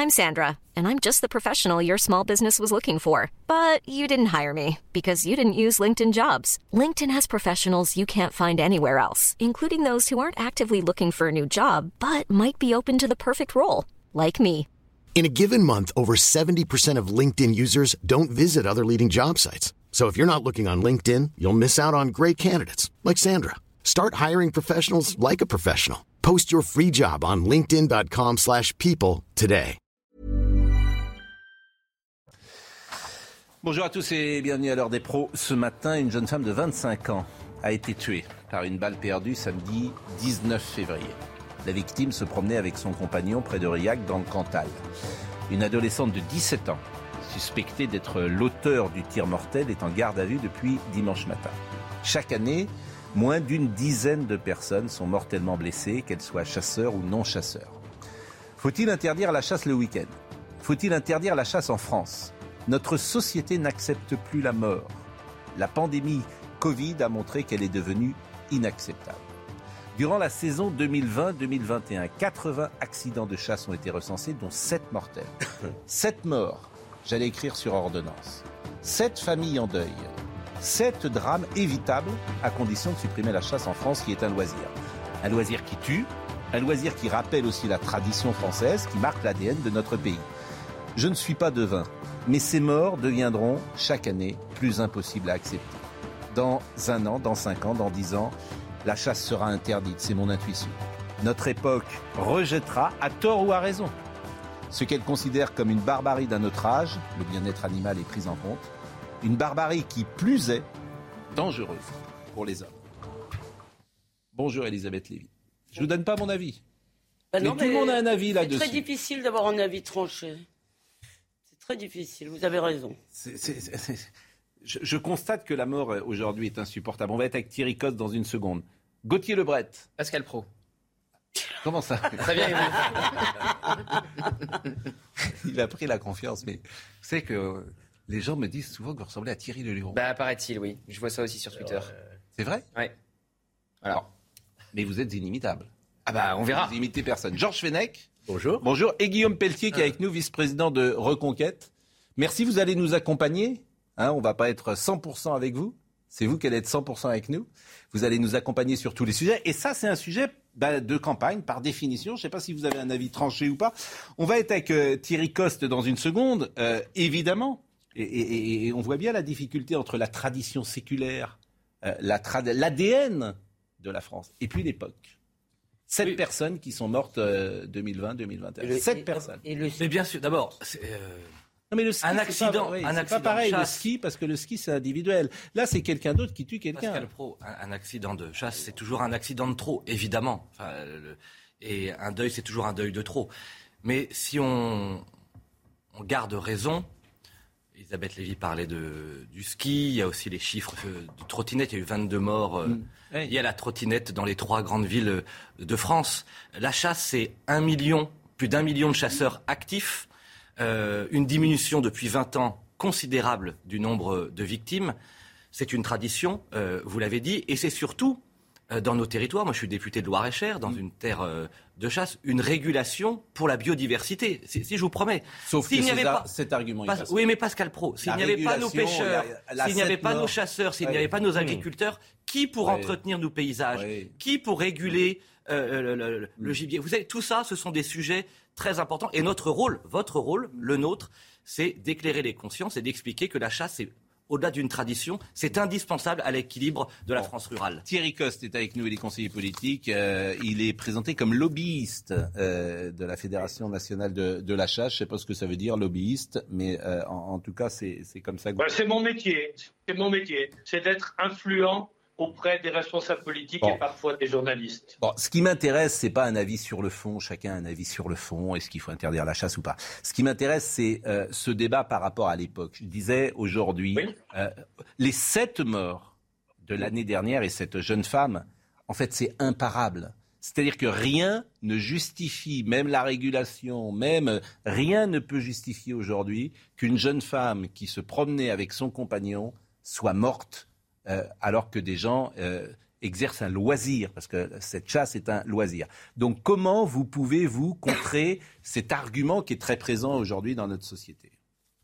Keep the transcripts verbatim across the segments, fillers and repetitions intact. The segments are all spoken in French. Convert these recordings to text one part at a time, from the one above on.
I'm Sandra, and I'm just the professional your small business was looking for. But you didn't hire me because you didn't use LinkedIn Jobs. LinkedIn has professionals you can't find anywhere else, including those who aren't actively looking for a new job, but might be open to the perfect role, like me. In a given month, over seventy percent of LinkedIn users don't visit other leading job sites. So if you're not looking on LinkedIn, you'll miss out on great candidates like Sandra. Start hiring professionals like a professional. Post your free job on linkedin dot com slash people today. Bonjour à tous et bienvenue à l'heure des pros. Ce matin, une jeune femme de vingt-cinq ans a été tuée par une balle perdue samedi dix-neuf février. La victime se promenait avec son compagnon près de Aurillac dans le Cantal. Une adolescente de dix-sept ans, suspectée d'être l'auteur du tir mortel, est en garde à vue depuis dimanche matin. Chaque année, moins d'une dizaine de personnes sont mortellement blessées, qu'elles soient chasseurs ou non chasseurs. Faut-il interdire la chasse le week-end ? Faut-il interdire la chasse en France ? Notre société n'accepte plus la mort. La pandémie Covid a montré qu'elle est devenue inacceptable. Durant la saison deux mille vingt deux mille vingt et un, quatre-vingts accidents de chasse ont été recensés, dont sept mortels. sept morts, j'allais écrire sur ordonnance. sept familles en deuil. sept drames évitables, à condition de supprimer la chasse en France, qui est un loisir. Un loisir qui tue, un loisir qui rappelle aussi la tradition française, qui marque l'A D N de notre pays. Je ne suis pas devin, mais ces morts deviendront chaque année plus impossibles à accepter. Dans un an, dans cinq ans, dans dix ans, la chasse sera interdite, c'est mon intuition. Notre époque rejettera, à tort ou à raison, ce qu'elle considère comme une barbarie d'un autre âge, le bien-être animal est pris en compte, une barbarie qui, plus est, dangereuse pour les hommes. Bonjour Elisabeth Lévy. Je ne vous donne pas mon avis. Bah mais non, tout mais le monde a un avis c'est là-dessus. C'est très difficile d'avoir un avis tranché. C'est très difficile, vous avez raison. C'est, c'est, c'est, c'est... Je, je constate que la mort aujourd'hui est insupportable. On va être avec Thierry Coste dans une seconde. Gauthier Lebret. Pascal Praud. Comment ça ? Très bien, il a pris la confiance, mais vous savez que les gens me disent souvent que vous ressemblez à Thierry Leluron. Bah, paraît-il, oui. Je vois ça aussi sur Twitter. Alors, euh... C'est vrai ? Oui. Alors, mais vous êtes inimitable. Ah bah, on verra. Vous n'imitez personne. Georges Fenech. Bonjour. Bonjour. Et Guillaume Pelletier qui est avec nous, vice-président de Reconquête. Merci, vous allez nous accompagner. Hein, on ne va pas être cent pour cent avec vous. C'est vous qui allez être cent pour cent avec nous. Vous allez nous accompagner sur tous les sujets. Et ça, c'est un sujet bah, de campagne, par définition. Je ne sais pas si vous avez un avis tranché ou pas. On va être avec euh, Thierry Coste dans une seconde, euh, évidemment. Et, et, et on voit bien la difficulté entre la tradition séculaire, euh, la trad- l'A D N de la France, et puis l'époque. Sept oui. personnes qui sont mortes euh, deux mille vingt deux mille vingt et un. Le, Sept et, personnes. Et le... Mais bien sûr, d'abord... C'est, euh... Non mais le ski, un accident, pas, oui, un c'est accident pas pareil de le chasse. ski parce que le ski c'est individuel. Là c'est quelqu'un d'autre qui tue quelqu'un. Pascal Praud, un, un accident de chasse c'est toujours un accident de trop, évidemment. Enfin, le, et un deuil c'est toujours un deuil de trop. Mais si on, on garde raison, Elisabeth Lévy parlait de, du ski, il y a aussi les chiffres de trottinette, il y a eu vingt-deux morts euh, mmh. oui. liés à la trottinette dans les trois grandes villes de France. La chasse c'est un million, plus d'un million de chasseurs actifs. Euh, une diminution depuis vingt ans considérable du nombre de victimes. C'est une tradition, euh, vous l'avez dit, et c'est surtout, euh, dans nos territoires, moi je suis député de Loir-et-Cher, dans mmh. une terre euh, de chasse, une régulation pour la biodiversité, si, si je vous promets. Sauf s'il que n'y avait pas, pas, cet argument pas, Oui, mais Pascal Praud, s'il n'y avait pas nos pêcheurs, la, la s'il n'y avait pas morts. nos chasseurs, s'il ouais. n'y avait pas nos agriculteurs, qui pour ouais. entretenir nos paysages ouais. Qui pour réguler euh, le, le, le, mmh. le gibier ? Vous savez, tout ça, ce sont des sujets très important. Et notre rôle, votre rôle, le nôtre, c'est d'éclairer les consciences et d'expliquer que la chasse, c'est, au-delà d'une tradition, c'est indispensable à l'équilibre de la bon. France rurale. Thierry Coste est avec nous, il est conseiller politique. Euh, il est présenté comme lobbyiste euh, de la Fédération nationale de, de la chasse. Je ne sais pas ce que ça veut dire, lobbyiste, mais euh, en, en tout cas, c'est, c'est comme ça que... Ouais, c'est mon métier. C'est mon métier. C'est d'être influent auprès des responsables politiques bon. et parfois des journalistes. Bon, ce qui m'intéresse, c'est pas un avis sur le fond. Chacun a un avis sur le fond. Est-ce qu'il faut interdire la chasse ou pas ? Ce qui m'intéresse, c'est euh, ce débat par rapport à l'époque. Je disais aujourd'hui, oui. euh, les sept morts de l'année dernière et cette jeune femme, en fait, c'est imparable. C'est-à-dire que rien ne justifie, même la régulation, même rien ne peut justifier aujourd'hui qu'une jeune femme qui se promenait avec son compagnon soit morte. Euh, alors que des gens euh, exercent un loisir, parce que cette chasse est un loisir. Donc comment vous pouvez, vous, contrer cet argument qui est très présent aujourd'hui dans notre société ?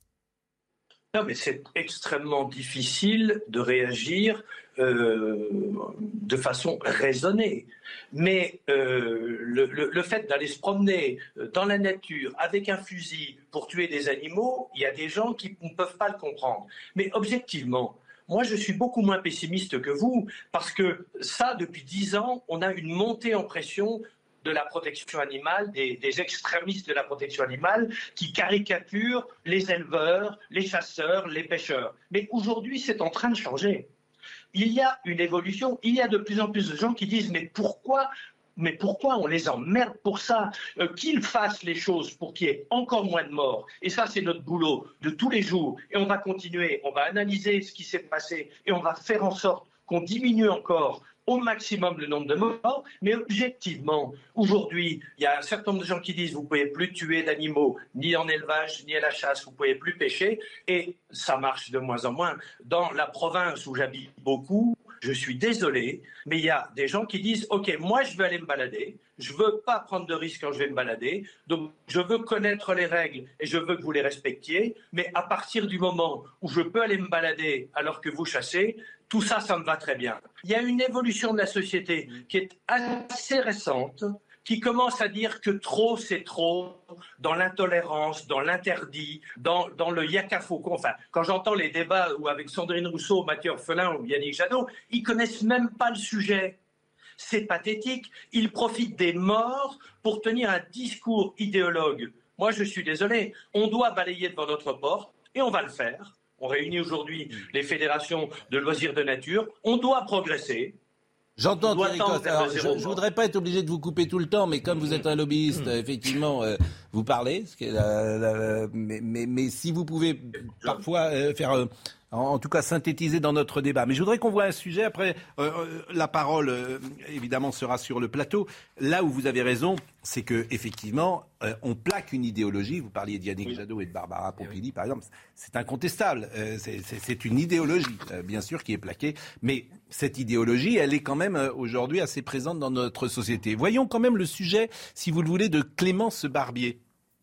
Non, mais c'est extrêmement difficile de réagir euh, de façon raisonnée. Mais euh, le, le, le fait d'aller se promener dans la nature avec un fusil pour tuer des animaux, il y a des gens qui ne peuvent pas le comprendre. Mais objectivement, moi, je suis beaucoup moins pessimiste que vous, parce que ça, depuis dix ans, on a une montée en pression de la protection animale, des, des extrémistes de la protection animale qui caricaturent les éleveurs, les chasseurs, les pêcheurs. Mais aujourd'hui, c'est en train de changer. Il y a une évolution, il y a de plus en plus de gens qui disent « mais pourquoi ?» Mais pourquoi on les emmerde pour ça euh, Qu'ils fassent les choses pour qu'il y ait encore moins de morts. Et ça, c'est notre boulot de tous les jours. Et on va continuer, on va analyser ce qui s'est passé et on va faire en sorte qu'on diminue encore au maximum le nombre de morts. Mais objectivement, aujourd'hui, il y a un certain nombre de gens qui disent vous ne pouvez plus tuer d'animaux, ni en élevage, ni à la chasse, vous ne pouvez plus pêcher. Et ça marche de moins en moins. Dans la province où j'habite beaucoup, je suis désolé, mais il y a des gens qui disent « Ok, moi je veux aller me balader, je ne veux pas prendre de risques quand je vais me balader, donc je veux connaître les règles et je veux que vous les respectiez, mais à partir du moment où je peux aller me balader alors que vous chassez, tout ça, ça me va très bien. » Il y a une évolution de la société qui est assez récente, qui commence à dire que trop, c'est trop, dans l'intolérance, dans l'interdit, dans, dans le yakafoko. Enfin, quand j'entends les débats où avec Sandrine Rousseau, Mathieu Orphelin ou Yannick Jadot, ils connaissent même pas le sujet. C'est pathétique. Ils profitent des morts pour tenir un discours idéologue. Moi, je suis désolé. On doit balayer devant notre porte et on va le faire. On réunit aujourd'hui les fédérations de loisirs de nature. On doit progresser. J'entends, Thierry Coste. Alors, je ne voudrais pas être obligé de vous couper tout le temps, mais comme vous êtes un lobbyiste, mmh. effectivement, euh, vous parlez. Ce qui est la, la, mais, mais, mais si vous pouvez parfois euh, faire, euh, en, en tout cas, synthétiser dans notre débat. Mais je voudrais qu'on voit un sujet. Après, euh, la parole, euh, évidemment, sera sur le plateau. Là où vous avez raison, c'est que effectivement, euh, on plaque une idéologie. Vous parliez d'Yannick oui. Jadot et de Barbara Pompili, oui. par exemple. C'est incontestable. Euh, c'est, c'est, c'est une idéologie, euh, bien sûr, qui est plaquée. Mais cette idéologie, elle est quand même euh, aujourd'hui assez présente dans notre société. Voyons quand même le sujet, si vous le voulez, de Clémence Barbier.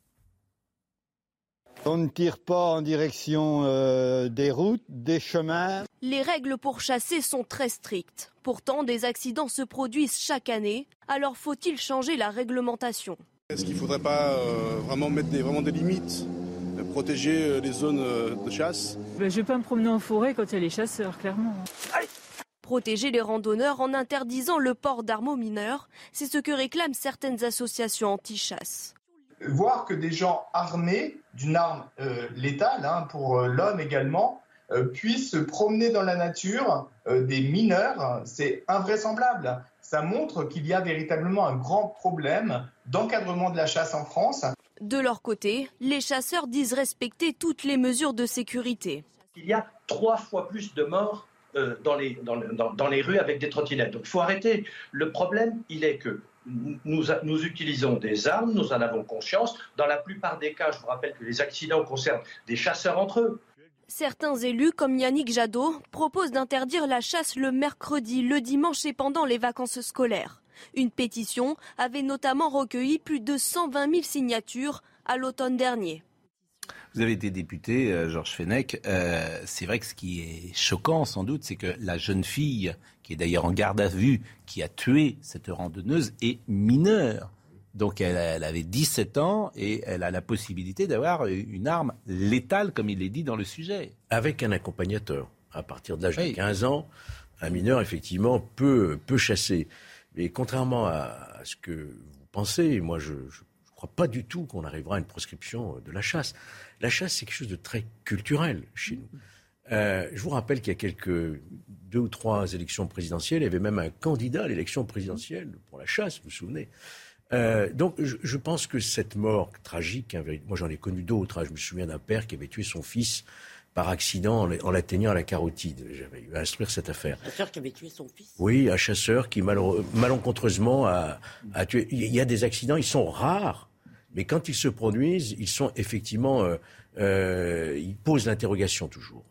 On ne tire pas en direction euh, des routes, des chemins. Les règles pour chasser sont très strictes. Pourtant, des accidents se produisent chaque année. Alors faut-il changer la réglementation ? Est-ce qu'il ne faudrait pas euh, vraiment mettre des, vraiment des limites, euh, protéger euh, les zones euh, de chasse ? Ben, je ne vais pas me promener en forêt quand il y a les chasseurs, clairement. Allez. Protéger les randonneurs en interdisant le port d'armes aux mineurs, c'est ce que réclament certaines associations anti-chasse. Voir que des gens armés d'une arme euh, létale, hein, pour euh, l'homme également, euh, puissent se promener dans la nature, euh, des mineurs, c'est invraisemblable. Ça montre qu'il y a véritablement un grand problème d'encadrement de la chasse en France. De leur côté, les chasseurs disent respecter toutes les mesures de sécurité. Il y a trois fois plus de morts euh, dans, les, dans, dans, dans les rues avec des trottinettes. Donc il faut arrêter. Le problème, il est que Nous, nous utilisons des armes, nous en avons conscience. Dans la plupart des cas, je vous rappelle que les accidents concernent des chasseurs entre eux. Certains élus, comme Yannick Jadot, proposent d'interdire la chasse le mercredi, le dimanche et pendant les vacances scolaires. Une pétition avait notamment recueilli plus de cent vingt mille signatures à l'automne dernier. Vous avez été député, euh, Georges Fenech. Euh, c'est vrai que ce qui est choquant, sans doute, c'est que la jeune fille, qui est d'ailleurs en garde à vue, qui a tué cette randonneuse, est mineure. Donc elle, elle avait dix-sept ans et elle a la possibilité d'avoir une arme létale, comme il est dit dans le sujet. Avec un accompagnateur. À partir de l'âge oui. de quinze ans, un mineur, effectivement, peut, peut chasser. Mais contrairement à, à ce que vous pensez, moi, je... je pas du tout qu'on arrivera à une proscription de la chasse. La chasse, c'est quelque chose de très culturel chez nous. Euh, je vous rappelle qu'il y a quelques deux ou trois élections présidentielles, il y avait même un candidat à l'élection présidentielle pour la chasse, vous vous souvenez. Euh, donc je, je pense que cette mort tragique, hein, moi j'en ai connu d'autres, hein, je me souviens d'un père qui avait tué son fils par accident en l'atteignant à la carotide. J'avais eu à instruire cette affaire. Un chasseur qui avait tué son fils ? Oui, un chasseur qui malheure, malencontreusement a, a tué. Il y a des accidents, ils sont rares. Mais quand ils se produisent, ils sont effectivement, euh, euh, ils posent l'interrogation toujours.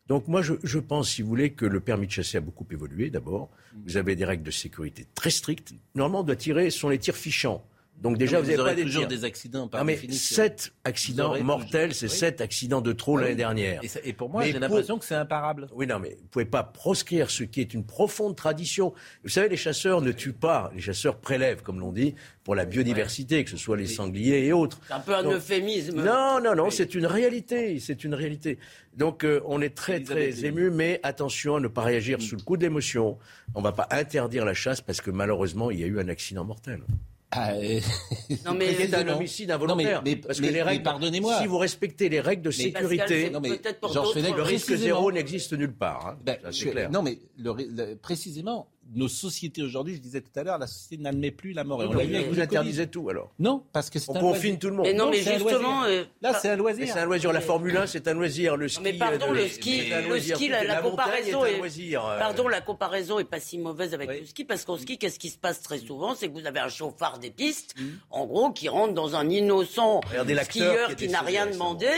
Donc moi, je, je pense, si vous voulez, que le permis de chasser a beaucoup évolué, d'abord. Vous avez des règles de sécurité très strictes. Normalement, on doit tirer, ce sont les tirs fichants. Donc déjà, vous vous n'avez aurez pas toujours des, des accidents, par non, mais définition. sept accidents mortels, c'est oui. sept accidents de trop oui. l'année dernière. Et, ça, et pour moi, mais j'ai pour... l'impression que c'est imparable. Oui, non, mais vous ne pouvez pas proscrire ce qui est une profonde tradition. Vous savez, les chasseurs ne tuent pas, les chasseurs prélèvent, comme l'on dit, pour la biodiversité, ouais. que ce soit les sangliers et autres. C'est un peu un Donc, euphémisme. Non, non, non, oui. c'est une réalité, c'est une réalité. Donc euh, on est très, très ému, mais attention à ne pas réagir mmh. sous le coup de l'émotion. On ne va pas interdire la chasse parce que malheureusement, il y a eu un accident mortel. Ah, euh... non mais c'est un homicide involontaire. Non mais, mais, parce que mais, les règles, pardonnez-moi. Si vous respectez les règles de mais sécurité, non mais Georges Fenech, le risque zéro n'existe nulle part. Hein. Ben, ça, c'est je, clair. Non mais le, le, précisément, nos sociétés aujourd'hui, je disais tout à l'heure, la société n'admet plus la mort. Et on l'a vu, vous interdisez tout alors. Non, parce que c'est on un confine loisir. tout le monde. Mais non, non mais justement, euh, là c'est un loisir. Mais c'est un loisir. La Formule un, c'est un loisir. Le ski. Mais pardon, le ski, le ski, la comparaison est. Pardon, la comparaison est pas si mauvaise avec le ski parce qu'en ski, qu'est-ce qui se passe très souvent, c'est que vous avez un chauffard des pistes, en gros, qui rentre dans un innocent skieur qui n'a rien demandé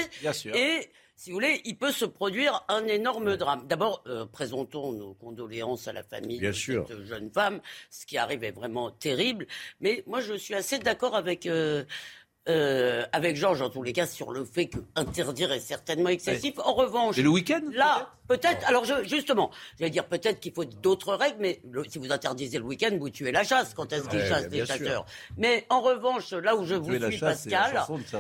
et si vous voulez, il peut se produire un énorme drame. D'abord, euh, présentons nos condoléances à la famille Bien de sûr. cette jeune femme. Ce qui arrive est vraiment terrible. Mais moi, je suis assez d'accord avec... Euh, Euh, avec Georges, en tous les cas, sur le fait que interdire est certainement excessif. Ouais. En revanche, et le week-end là, peut-être. Alors, je, justement, je vais dire peut-être qu'il faut d'autres règles, mais le, si vous interdisez le week-end, vous tuez la chasse. Quand est-ce qu'ils ouais, chassent des chasseurs? Mais en revanche, là où je vous suis, chasse, Pascal,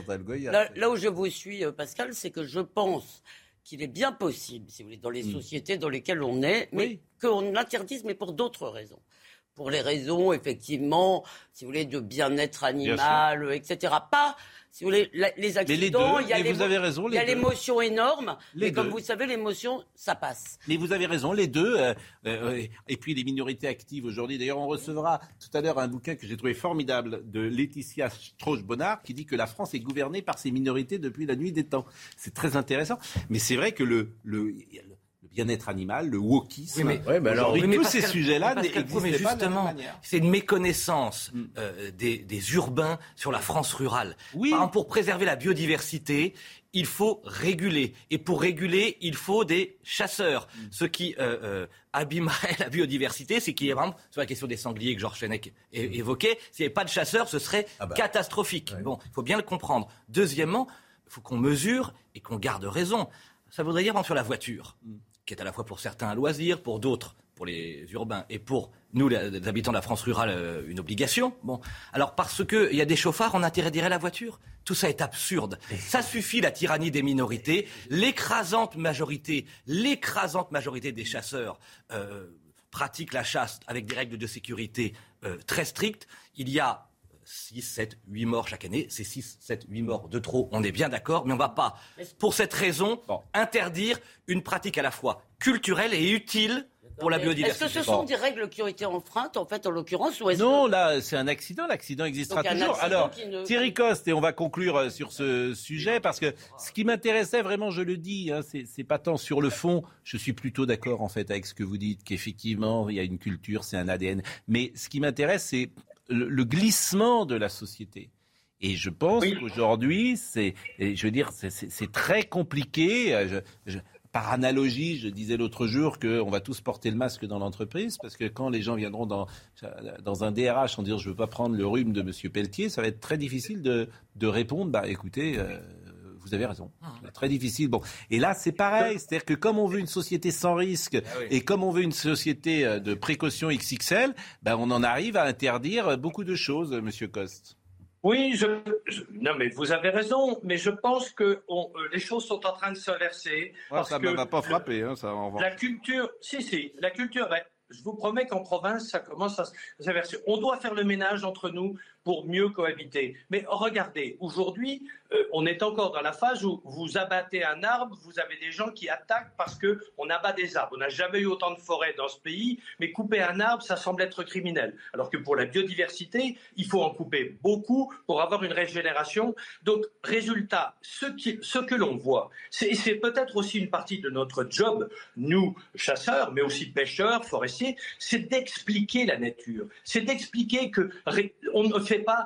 là, là où je vous suis, Pascal, c'est que je pense qu'il est bien possible, si vous voulez, dans les mmh. sociétés dans lesquelles on est, mais oui. qu'on l'interdise, mais pour d'autres raisons. Pour les raisons, effectivement, si vous voulez, de bien-être animal, bien et cetera. Pas, si vous voulez, la, les accidents, mais les deux, il y a, mais vous avez raison, les il y a deux. l'émotion énorme, les mais deux. Comme vous savez, l'émotion, ça passe. Mais vous avez raison, les deux. Euh, euh, et puis les minorités actives aujourd'hui. D'ailleurs, on recevra tout à l'heure un bouquin que j'ai trouvé formidable de Laetitia Strauch-Bonnard qui dit que la France est gouvernée par ses minorités depuis la nuit des temps. C'est très intéressant. Mais c'est vrai que le... le bien-être animal, le wokisme. Oui, mais, ouais, mais alors, oui, mais tous Pascal, ces sujets-là n'existent pas justement, de la même manière. C'est une méconnaissance mm. euh, des, des urbains sur la France rurale. Oui. Par exemple, pour préserver la biodiversité, il faut réguler. Et pour réguler, il faut des chasseurs. Mm. Ce qui euh, euh, abîmerait la biodiversité, c'est qu'il y a, par exemple, sur la question des sangliers que Georges Fenech é- évoquait, s'il n'y avait pas de chasseurs, ce serait ah bah. catastrophique. Ouais. Bon, il faut bien le comprendre. Deuxièmement, il faut qu'on mesure et qu'on garde raison. Ça voudrait dire, par exemple, sur la voiture. Mm. qui est à la fois pour certains un loisir, pour d'autres, pour les urbains, et pour nous, les habitants de la France rurale, une obligation. Bon, alors parce qu'il y a des chauffards, on interdirait la voiture. Tout ça est absurde. Ça suffit, la tyrannie des minorités. L'écrasante majorité, l'écrasante majorité des chasseurs euh, pratiquent la chasse avec des règles de sécurité euh, très strictes. Il y a six, sept, huit morts chaque année. C'est six, sept, huit morts de trop, on est bien d'accord, mais on ne va pas, pour cette raison, bon. interdire une pratique à la fois culturelle et utile pour la biodiversité. Est-ce que ce sont bon. des règles qui ont été enfreintes, en fait, en l'occurrence, ou est-ce Non, que... là, c'est un accident. L'accident existera Donc, toujours. Alors, ne... Thierry Coste, et on va conclure sur ce sujet, parce que ce qui m'intéressait vraiment, je le dis, hein, c'est, c'est pas tant sur le fond. Je suis plutôt d'accord, en fait, avec ce que vous dites, qu'effectivement, il y a une culture, c'est un A D N. Mais ce qui m'intéresse, c'est le, le glissement de la société. Et je pense oui. qu'aujourd'hui, c'est, je veux dire, c'est, c'est, c'est très compliqué. Je, je, par analogie, je disais l'autre jour qu'on va tous porter le masque dans l'entreprise, parce que quand les gens viendront dans, dans un D R H en disant je ne veux pas prendre le rhume de M. Pelletier, ça va être très difficile de, de répondre, bah écoutez, euh, vous avez raison. C'est très difficile. Bon. Et là, c'est pareil. C'est-à-dire que comme on veut une société sans risque ah oui. et comme on veut une société de précaution X X L, bah, on en arrive à interdire beaucoup de choses, M. Coste. Oui, je, je, non, mais vous avez raison, mais je pense que on, euh, les choses sont en train de s'inverser. Ouais, ça ne m'a pas frappé. Hein, ça, on va... La culture, si, si, la culture, ben, je vous promets qu'en province, ça commence à s'inverser. On doit faire le ménage entre nous pour mieux cohabiter. Mais regardez, aujourd'hui, euh, on est encore dans la phase où vous abattez un arbre, vous avez des gens qui attaquent parce qu'on abat des arbres. On n'a jamais eu autant de forêts dans ce pays, mais couper un arbre, ça semble être criminel. Alors que pour la biodiversité, il faut en couper beaucoup pour avoir une régénération. Donc, résultat, ce, qui, ce que l'on voit, c'est, c'est peut-être aussi une partie de notre job, nous, chasseurs, mais aussi pêcheurs, forestiers, c'est d'expliquer la nature. C'est d'expliquer qu'on ne fait pas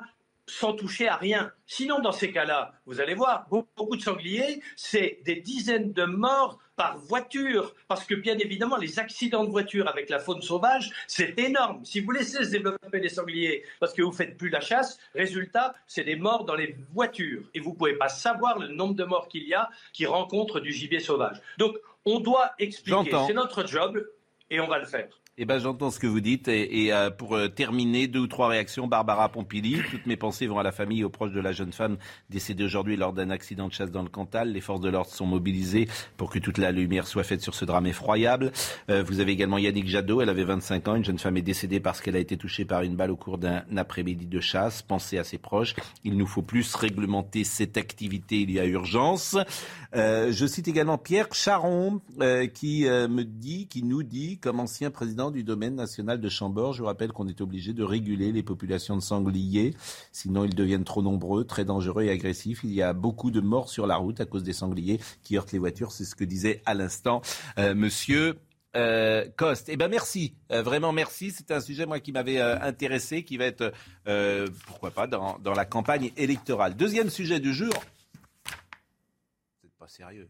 sans toucher à rien. Sinon, dans ces cas-là, vous allez voir, beaucoup de sangliers, c'est des dizaines de morts par voiture. Parce que, bien évidemment, les accidents de voiture avec la faune sauvage, c'est énorme. Si vous laissez se développer les sangliers parce que vous ne faites plus la chasse, résultat, c'est des morts dans les voitures. Et vous ne pouvez pas savoir le nombre de morts qu'il y a qui rencontrent du gibier sauvage. Donc, on doit expliquer. J'entends. C'est notre job et on va le faire. Eh ben, j'entends ce que vous dites. Et, et euh, pour euh, terminer, deux ou trois réactions. Barbara Pompili. Toutes mes pensées vont à la famille et aux proches de la jeune femme décédée aujourd'hui lors d'un accident de chasse dans le Cantal. Les forces de l'ordre sont mobilisées pour que toute la lumière soit faite sur ce drame effroyable. Euh, vous avez également Yannick Jadot. Elle avait vingt-cinq ans. Une jeune femme est décédée parce qu'elle a été touchée par une balle au cours d'un après-midi de chasse. Pensez à ses proches. Il nous faut plus réglementer cette activité. Il y a urgence. Euh, je cite également Pierre Charon euh, qui euh, me dit, qui nous dit, comme ancien président du domaine national de Chambord, je vous rappelle qu'on est obligé de réguler les populations de sangliers, sinon ils deviennent trop nombreux, très dangereux et agressifs. Il y a beaucoup de morts sur la route à cause des sangliers qui heurtent les voitures, c'est ce que disait à l'instant euh, Monsieur euh, Coste. Eh ben merci, euh, vraiment merci. C'est un sujet moi qui m'avait euh, intéressé, qui va être euh, pourquoi pas dans, dans la campagne électorale. Deuxième sujet du jour. Vous n'êtes pas sérieux.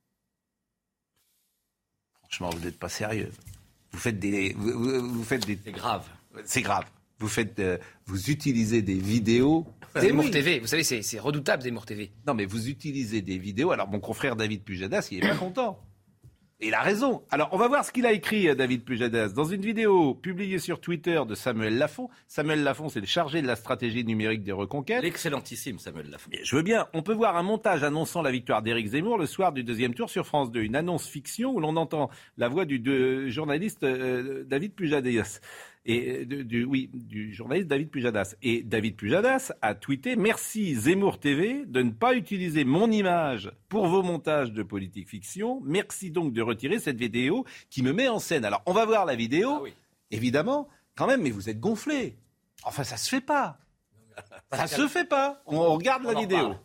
Franchement, vous n'êtes pas sérieux. Vous faites des, vous, vous, vous faites des. C'est grave. C'est grave. Vous faites, euh, vous utilisez des vidéos. Zemmour T V, vous savez, c'est, c'est redoutable Zemmour T V. Non, mais vous utilisez des vidéos. Alors, mon confrère David Pujadas, il est pas content. Et il a raison. Alors, on va voir ce qu'il a écrit, David Pujadas, dans une vidéo publiée sur Twitter de Samuel Lafont. Samuel Lafont, c'est le chargé de la stratégie numérique des reconquêtes. L'excellentissime Samuel Lafont. Et je veux bien. On peut voir un montage annonçant la victoire d'Éric Zemmour le soir du deuxième tour sur France deux. Une annonce fiction où l'on entend la voix du de, journaliste euh, David Pujadas. Et de, du, oui, du journaliste David Pujadas. Et David Pujadas a tweeté « Merci Zemmour T V de ne pas utiliser mon image pour vos montages de politique fiction. Merci donc de retirer cette vidéo qui me met en scène. » Alors, on va voir la vidéo, ah oui. Évidemment, quand même, mais vous êtes gonflés. Enfin, ça se fait pas. Ça se fait pas. On regarde la vidéo.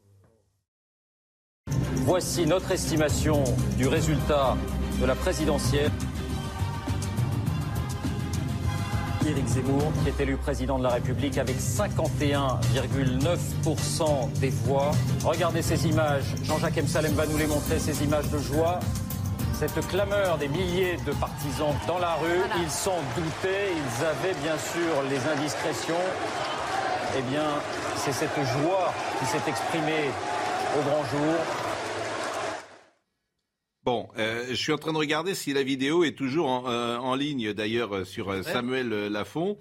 Voici notre estimation du résultat de la présidentielle. Éric Zemmour, qui est élu président de la République avec cinquante et un virgule neuf pour cent des voix. Regardez ces images. Jean-Jacques Emsalem va nous les montrer, ces images de joie. Cette clameur des milliers de partisans dans la rue, voilà. Ils s'en doutaient, ils avaient bien sûr les indiscrétions. Eh bien, c'est cette joie qui s'est exprimée au grand jour. Bon, euh, je suis en train de regarder si la vidéo est toujours en, euh, en ligne, d'ailleurs, sur euh, Samuel euh, Lafont.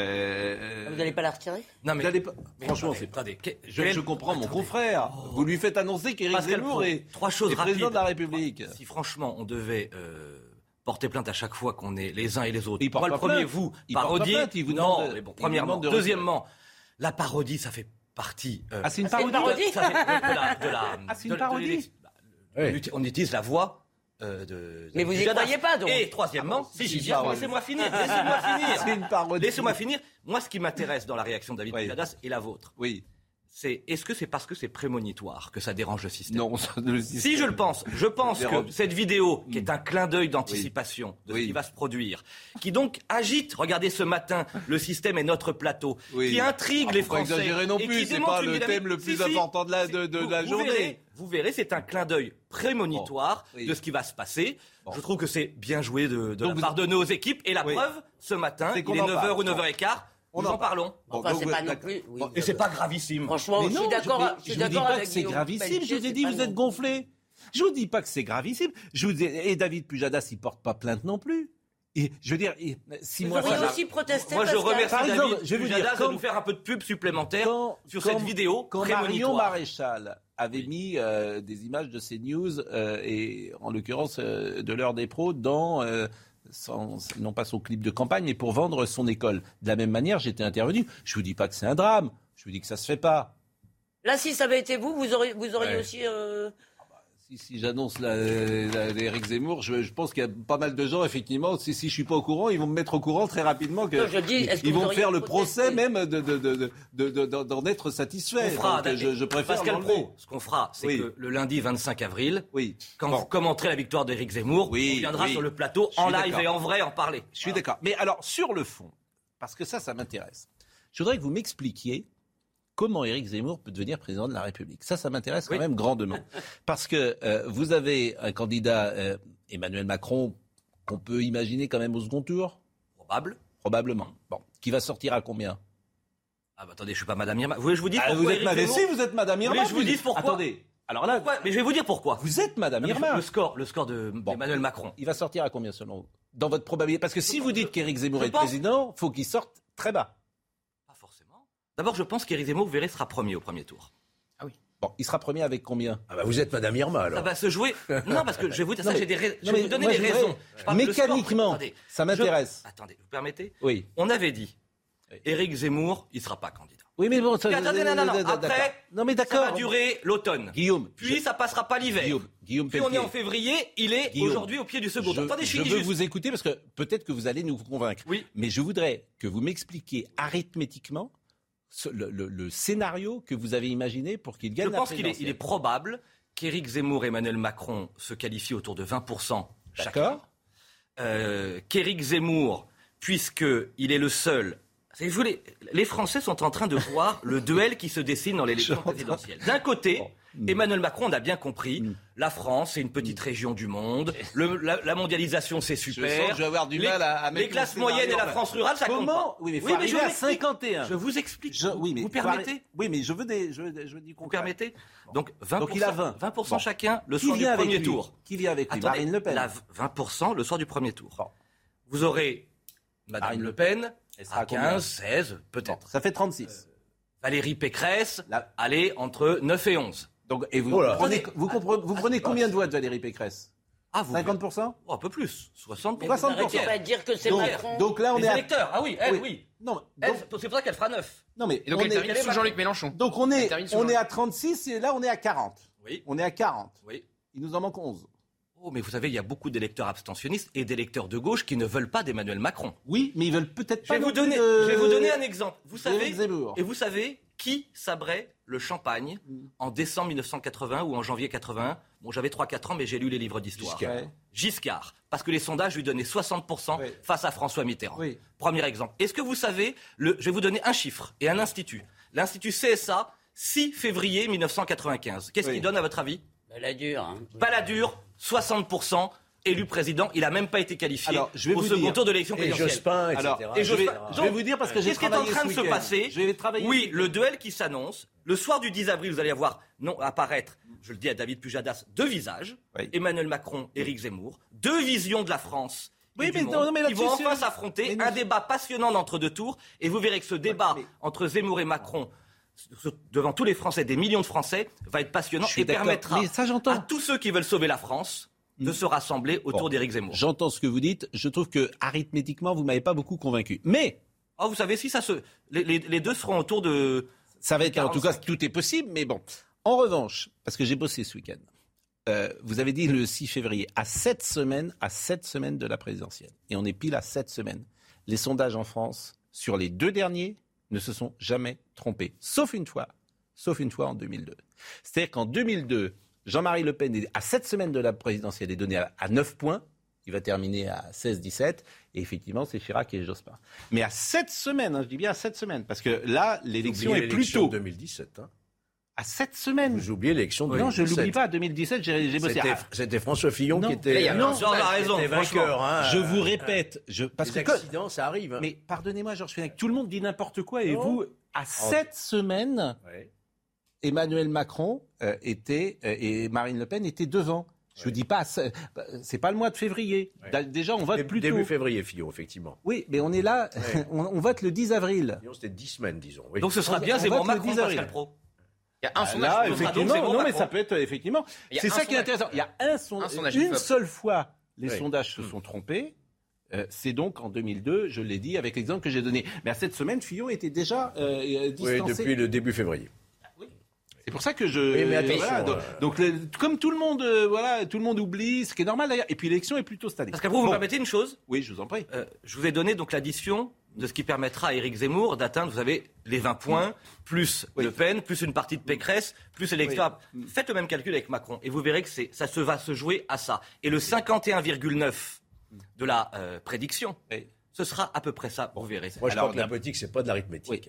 Euh, Vous n'allez pas la retirer ? Non, mais, pas... mais franchement, attendez, c'est... Attendez, je, je comprends attendez. mon confrère. Oh. Vous lui faites annoncer qu'Éric Zemmour est, Trois choses est président de la République. Si franchement, on devait euh, porter plainte à chaque fois qu'on est les uns et les autres. Il Moi, le premier, plainte. vous, il parodier. Il vous non, demande, mais bon, premièrement. De Deuxièmement, la parodie, ça fait partie. Euh, ah, c'est une parodie, parodie ça fait de la, de la, Ah, c'est une de, parodie de, de, oui. On utilise la voix. Euh, de, de mais vous n'y croyez pas donc. Et troisièmement, ah, si j'y viens, laissez-moi finir, laissez-moi finir. C'est une parodie. Laissez-moi finir. Moi, ce qui m'intéresse dans la réaction de David oui. Pujadas est la vôtre. Oui. C'est est-ce que c'est parce que c'est prémonitoire que ça dérange le système ? Non, ça, le système. Si je le pense, je pense que cette vidéo, qui est un clin d'œil d'anticipation oui. de oui. ce qui va se produire, qui donc agite, regardez ce matin, le système est notre plateau, oui. qui intrigue ah, les faut Français. Pas exagérer non plus, c'est pas le thème le plus si, important de la, de, de vous, la vous journée. Verrez, vous verrez, c'est un clin d'œil prémonitoire bon, oui. de ce qui va se passer. Bon. Je trouve que c'est bien joué de, de la vous... part de nos équipes. Et la oui. preuve, ce matin, il est neuf heures ou neuf heures quinze. On nous en, en parlons. Bon, enfin, c'est pas non plus. Oui, bon, et c'est pas gravissime. Franchement, mais je non, suis d'accord. Je, je, je vous dis pas que c'est gravissime. Je vous ai dit, vous êtes gonflés. Je vous dis pas que c'est gravissime. Je vous dis, et David Pujadas, il porte pas plainte non plus. Et je veux dire, si moi, vous auriez aussi protesté. Moi, je remercie par David exemple, je vais Pujadas dire, quand, de nous faire un peu de pub supplémentaire quand, sur quand, cette vidéo. Quand Marion Maréchal avait oui. mis euh, des images de CNews euh, et en l'occurrence euh, de l'heure des pros dans euh, Sans, non pas son clip de campagne, mais pour vendre son école. De la même manière, j'étais intervenu. Je vous dis pas que c'est un drame. Je vous dis que ça se fait pas. Là, si ça avait été vous, vous auriez, vous auriez ouais. aussi. Euh... Ah bah, si, si j'annonce la, la, la, Éric Zemmour, je, je pense qu'il y a pas mal de gens, effectivement. Si, si je suis pas au courant, ils vont me mettre au courant très rapidement que non, je dis, ils, que ils vont me faire le protesté procès même de, de, de, de, de, de, d'en être satisfait. Fera, Donc, je, je préfère Pascal Pro, ce qu'on fera, c'est oui. que le lundi vingt-cinq avril, oui. quand bon. vous commenterez la victoire d'Éric Zemmour, oui, on viendra oui. sur le plateau en live d'accord. et en vrai en parler. Je suis voilà. d'accord. Mais alors, sur le fond, parce que ça, ça m'intéresse, je voudrais que vous m'expliquiez comment Éric Zemmour peut devenir président de la République. Ça, ça m'intéresse quand oui. même grandement. Parce que euh, vous avez un candidat, euh, Emmanuel Macron, qu'on peut imaginer quand même au second tour. Probable. Probablement. Bon. Qui va sortir à combien? Ah bah attendez, je suis pas Madame Irma. Vous voulez que je vous dise ah, pourquoi vous êtes Éric Madame Zemmour... Si, vous êtes Madame Irma. Vous voulez que je vous dise pourquoi? Attendez. Alors là, pourquoi mais je vais vous dire pourquoi. Vous êtes Madame Irma. Le score, le score de bon. Emmanuel Macron. Il va sortir à combien selon vous? Dans votre probabilité. Parce que si vous dites qu'Éric Zemmour je est pense... président, il faut qu'il sorte très bas. Pas forcément. D'abord, je pense qu'Éric Zemmour, vous verrez, sera premier au premier tour. Ah oui. Bon, il sera premier avec combien? Ah bah vous êtes Madame Irma alors. Ça va se jouer. Non, parce que je vais vous dire ça, mais... j'ai des rais... je vais vous donner moi, des raisons. Mécaniquement, attendez, ça m'intéresse. Je... Attendez, vous permettez? Oui. On avait dit, Éric Zemmour, il ne sera pas candidat. Oui, mais bon, ça... Puis, attendez, non, non, non. Après, non, mais d'accord. ça va durer l'automne. Guillaume. Puis, je... ça passera pas l'hiver. Guillaume. Guillaume Puis, on est en février, il est Guillaume. Aujourd'hui au pied du second. Je, attendez, je, je veux juste. vous écouter parce que peut-être que vous allez nous convaincre. Oui. Mais je voudrais que vous m'expliquiez arithmétiquement ce, le, le, le scénario que vous avez imaginé pour qu'il gagne je la pense qu'il est, il est probable qu'Éric Zemmour et Emmanuel Macron se qualifient autour de vingt pour cent chacun. D'accord. Euh, Qu'Éric Zemmour, puisqu'il est le seul... Vous voulez, les Français sont en train de voir le duel qui se dessine dans l'élection présidentielle. D'un côté, bon. Emmanuel Macron, on a bien compris, mm. la France, c'est une petite région du monde, le, la, la mondialisation, c'est super. Je, sens que je vais avoir du les, mal à, à mettre les classes moyennes et la France rurale, ça compte pas. Oui, mais faut oui, arriver mais je à cinquante et un. Je vous explique. Je, oui, mais vous permettez arrêter... Oui, mais je veux des... Je veux, je veux du vous permettez Donc, vingt pour cent, Donc il a vingt. vingt pour cent bon. Chacun le qui soir du premier lui tour. Qui vient avec lui? Attendez, Marine Le Pen. La vingt pour cent le soir du premier tour. Bon. Vous aurez Madame Marine Le Pen... Elle sera à quinze, seize, peut-être. Bon, ça fait trente-six. Euh, Valérie Pécresse, là, allez, entre neuf et onze. Donc, et vous, oh vous prenez, vous comprenez, vous prenez combien de voix de Valérie Pécresse? Ah, vous cinquante pour cent oh, un peu plus. soixante pour cent. soixante pour cent. Vous n'arrêtez pas de dire que c'est donc, Macron. Donc là, on Les est à... électeurs, ah oui, elle, oui. oui. Non, donc... elle, c'est pour ça qu'elle fera neuf. Non, mais et donc on elle est... termine sous Jean-Luc Mélenchon. Donc on est, on est à trente-six et là, on est à quarante. Oui. On est à quarante. Oui. Il nous en manque onze. Oh, mais vous savez, il y a beaucoup d'électeurs abstentionnistes et d'électeurs de gauche qui ne veulent pas d'Emmanuel Macron. Oui, mais ils veulent peut-être pas. Je vais, vous donner, de... je vais vous donner un exemple. Vous savez, Zemmour. Et vous savez qui sabrait le champagne mm. en décembre mille neuf cent quatre-vingt ou en janvier quatre-vingt? Bon, j'avais trois quatre ans, mais j'ai lu les livres d'histoire. Giscard. Ouais. Giscard. Parce que les sondages lui donnaient soixante pour cent oui. face à François Mitterrand. Oui. Premier exemple. Est-ce que vous savez, le... je vais vous donner un chiffre et un institut. L'Institut C S A, six février mille neuf cent quatre-vingt-quinze. Qu'est-ce oui. qu'il donne à votre avis? Balladur. Hein. Balladur, soixante pour cent. Élu président, il n'a même pas été qualifié Alors, je vais au vous second dire. tour de l'élection présidentielle. Et Jospin, et cetera. Alors, et je, vais, je vais vous dire parce que j'ai Qu'est-ce qui est en train de se passer je vais travailler Oui, le duel qui s'annonce. Le soir du dix avril, vous allez avoir non apparaître, je le dis à David Pujadas, deux visages. Oui. Emmanuel Macron, Éric Zemmour. Deux visions de la France. Oui, mais non, non, mais ils vont enfin s'affronter. Un débat passionnant d'entre deux tours. Et vous verrez que ce débat ouais, mais... entre Zemmour et Macron, devant tous les Français, des millions de Français, va être passionnant et permettra ça, à tous ceux qui veulent sauver la France de se rassembler autour bon, d'Éric Zemmour. J'entends ce que vous dites. Je trouve que arithmétiquement, vous m'avez pas beaucoup convaincu. Mais oh, vous savez si ça se, les, les, les deux seront autour de. Ça va être quarante-cinq. En tout cas, tout est possible. Mais bon, en revanche, parce que j'ai bossé ce week-end, euh, vous avez dit le six février, à sept semaines, à sept semaines de la présidentielle, et on est pile à sept semaines. Les sondages en France sur les deux derniers ne se sont jamais trompés, sauf une fois, sauf une fois en deux mille deux. C'est-à-dire qu'en deux mille deux. Jean-Marie Le Pen, est à sept semaines de la présidentielle, est donné à, à neuf points. Il va terminer à seize dix-sept. Et effectivement, c'est Chirac et Jospin. Mais à sept semaines, hein, je dis bien à sept semaines, parce que là, l'élection est plus tôt. deux mille dix-sept. Hein. À sept semaines. Vous oubliez l'élection de non, deux mille dix-sept. Non, je ne l'oublie pas. deux mille dix-sept, j'ai, j'ai bossé. C'était, ah. c'était François Fillon non. qui était... Non, non, on a raison. Vainqueur, hein, je vous répète. Je, parce les que accidents, ça arrive. Hein. Mais pardonnez-moi, Georges Fenech, tout le monde dit n'importe quoi. Et non. vous, à sept oh. semaines... Ouais. Emmanuel Macron euh, était euh, et Marine Le Pen étaient devant. Je ne ouais. dis pas, c'est, c'est pas le mois de février. Ouais. Déjà, on vote Dé- plus tôt. Début février, Fillon, effectivement. Oui, mais on est là, ouais. on, on vote le dix avril. Fillon, c'était dix semaines, disons. Oui. Donc ce sera bien, c'est bon, Macron, Pascal Pro. Il y a un ah, sondage. Là, effectivement, non, mais ça peut être effectivement. C'est ça sondage. Qui est intéressant. Il y a un, son... un sondage. Une seule fois, les oui. sondages se sont trompés. Euh, c'est donc en deux mille deux, je l'ai dit avec l'exemple que j'ai donné. Mais à cette semaine, Fillon était déjà euh, distancé. Oui, depuis le début février. C'est pour ça que je. Oui, mais attention, voilà, donc, euh... donc le, comme tout le monde, euh, voilà, tout le monde oublie, ce qui est normal d'ailleurs. Et puis l'élection est plutôt cette année. Parce qu'après, vous bon. me permettez une chose ? Oui, je vous en prie. Euh, je vous ai donné donc l'addition de ce qui permettra à Éric Zemmour d'atteindre, vous savez, les vingt points, plus oui. Le Pen, plus une partie de Pécresse, plus l'électorat. Oui. Faites le même calcul avec Macron et vous verrez que c'est, ça se va se jouer à ça. Et le cinquante et un virgule neuf de la euh, prédiction, oui. ce sera à peu près ça. Vous verrez. Moi, je Alors, crois que la politique, c'est pas de l'arithmétique. Oui.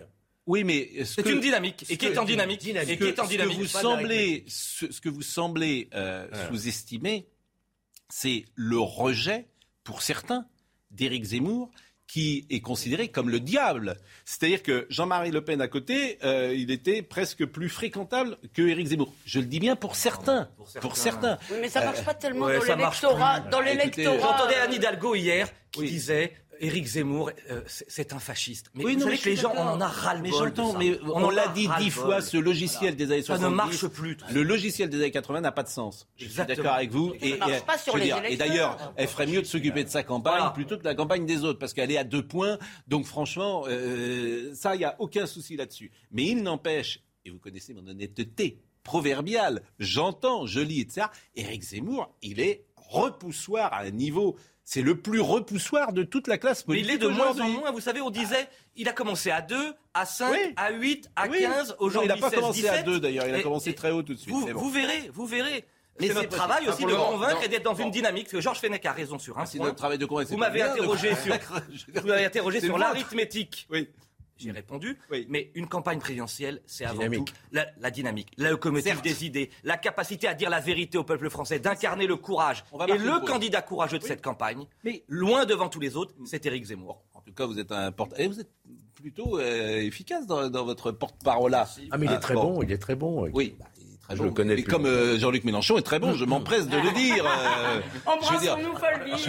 Oui, mais c'est que, une dynamique et qui est en dynamique, dynamique. Et qui est en dynamique. Ce que vous semblez, ce, ce que vous semblez euh, ouais. sous-estimer, c'est le rejet pour certains d'Éric Zemmour, qui est considéré comme le diable. C'est-à-dire que Jean-Marie Le Pen à côté, euh, il était presque plus fréquentable que Éric Zemmour. Je le dis bien pour certains. Pour certains. Pour certains. Oui, mais ça marche pas tellement euh, dans, ouais, l'électorat, dans l'électorat. J'entendais Anne Hidalgo hier qui oui. disait Éric Zemmour, euh, c'est, c'est un fasciste. Mais oui, vous non, savez que les gens, on en a ras-le-bol. Mais j'entends, mais on, on l'a dit dix fois, ce logiciel voilà. des années soixante-dix. Ça ne marche plus. Le logiciel des années quatre-vingts n'a pas de sens. Je Exactement. suis d'accord avec vous. Et, ça marche et, pas sur les dire, et d'ailleurs, elle ferait mieux de s'occuper de sa campagne voilà. plutôt que de la campagne des autres, parce qu'elle est à deux points. Donc franchement, euh, ça, il n'y a aucun souci là-dessus. Mais il n'empêche, et vous connaissez mon honnêteté proverbiale, j'entends, je lis, et cetera. Éric Zemmour, il est repoussoir à un niveau... C'est le plus repoussoir de toute la classe politique. Mais il est de moins en moins. Vous savez, on disait, il a commencé à deux, à cinq, oui. à huit, à oui. quinze. Aujourd'hui, non, il n'a pas seize, commencé dix-sept. À deux d'ailleurs. Il a et, commencé et, très haut tout de suite. Vous, bon. vous verrez, vous verrez. Mais c'est, c'est notre travail aussi ah, de convaincre non. et d'être dans une dynamique. Parce que Georges Fenech a raison sur un ah, c'est point. Notre travail de convaincre. Vous m'avez interrogé sur, vous m'avez interrogé sur l'arithmétique. Oui. J'ai répondu, oui. mais une campagne présidentielle, c'est avant dynamique. tout la, la dynamique, la locomotive des idées, la capacité à dire la vérité au peuple français, d'incarner le courage. Et le candidat courageux de oui. cette campagne, mais loin devant tous les autres, c'est Éric Zemmour. En tout cas, vous êtes un porte... Et vous êtes plutôt euh, efficace dans, dans votre porte-parole là. Ah, mais il est très bon, il est très bon. Oui. Très je bon. le connais. Et comme euh, Jean-Luc Mélenchon est très bon, je m'empresse de le dire. Euh, Embrassons-nous, Folby.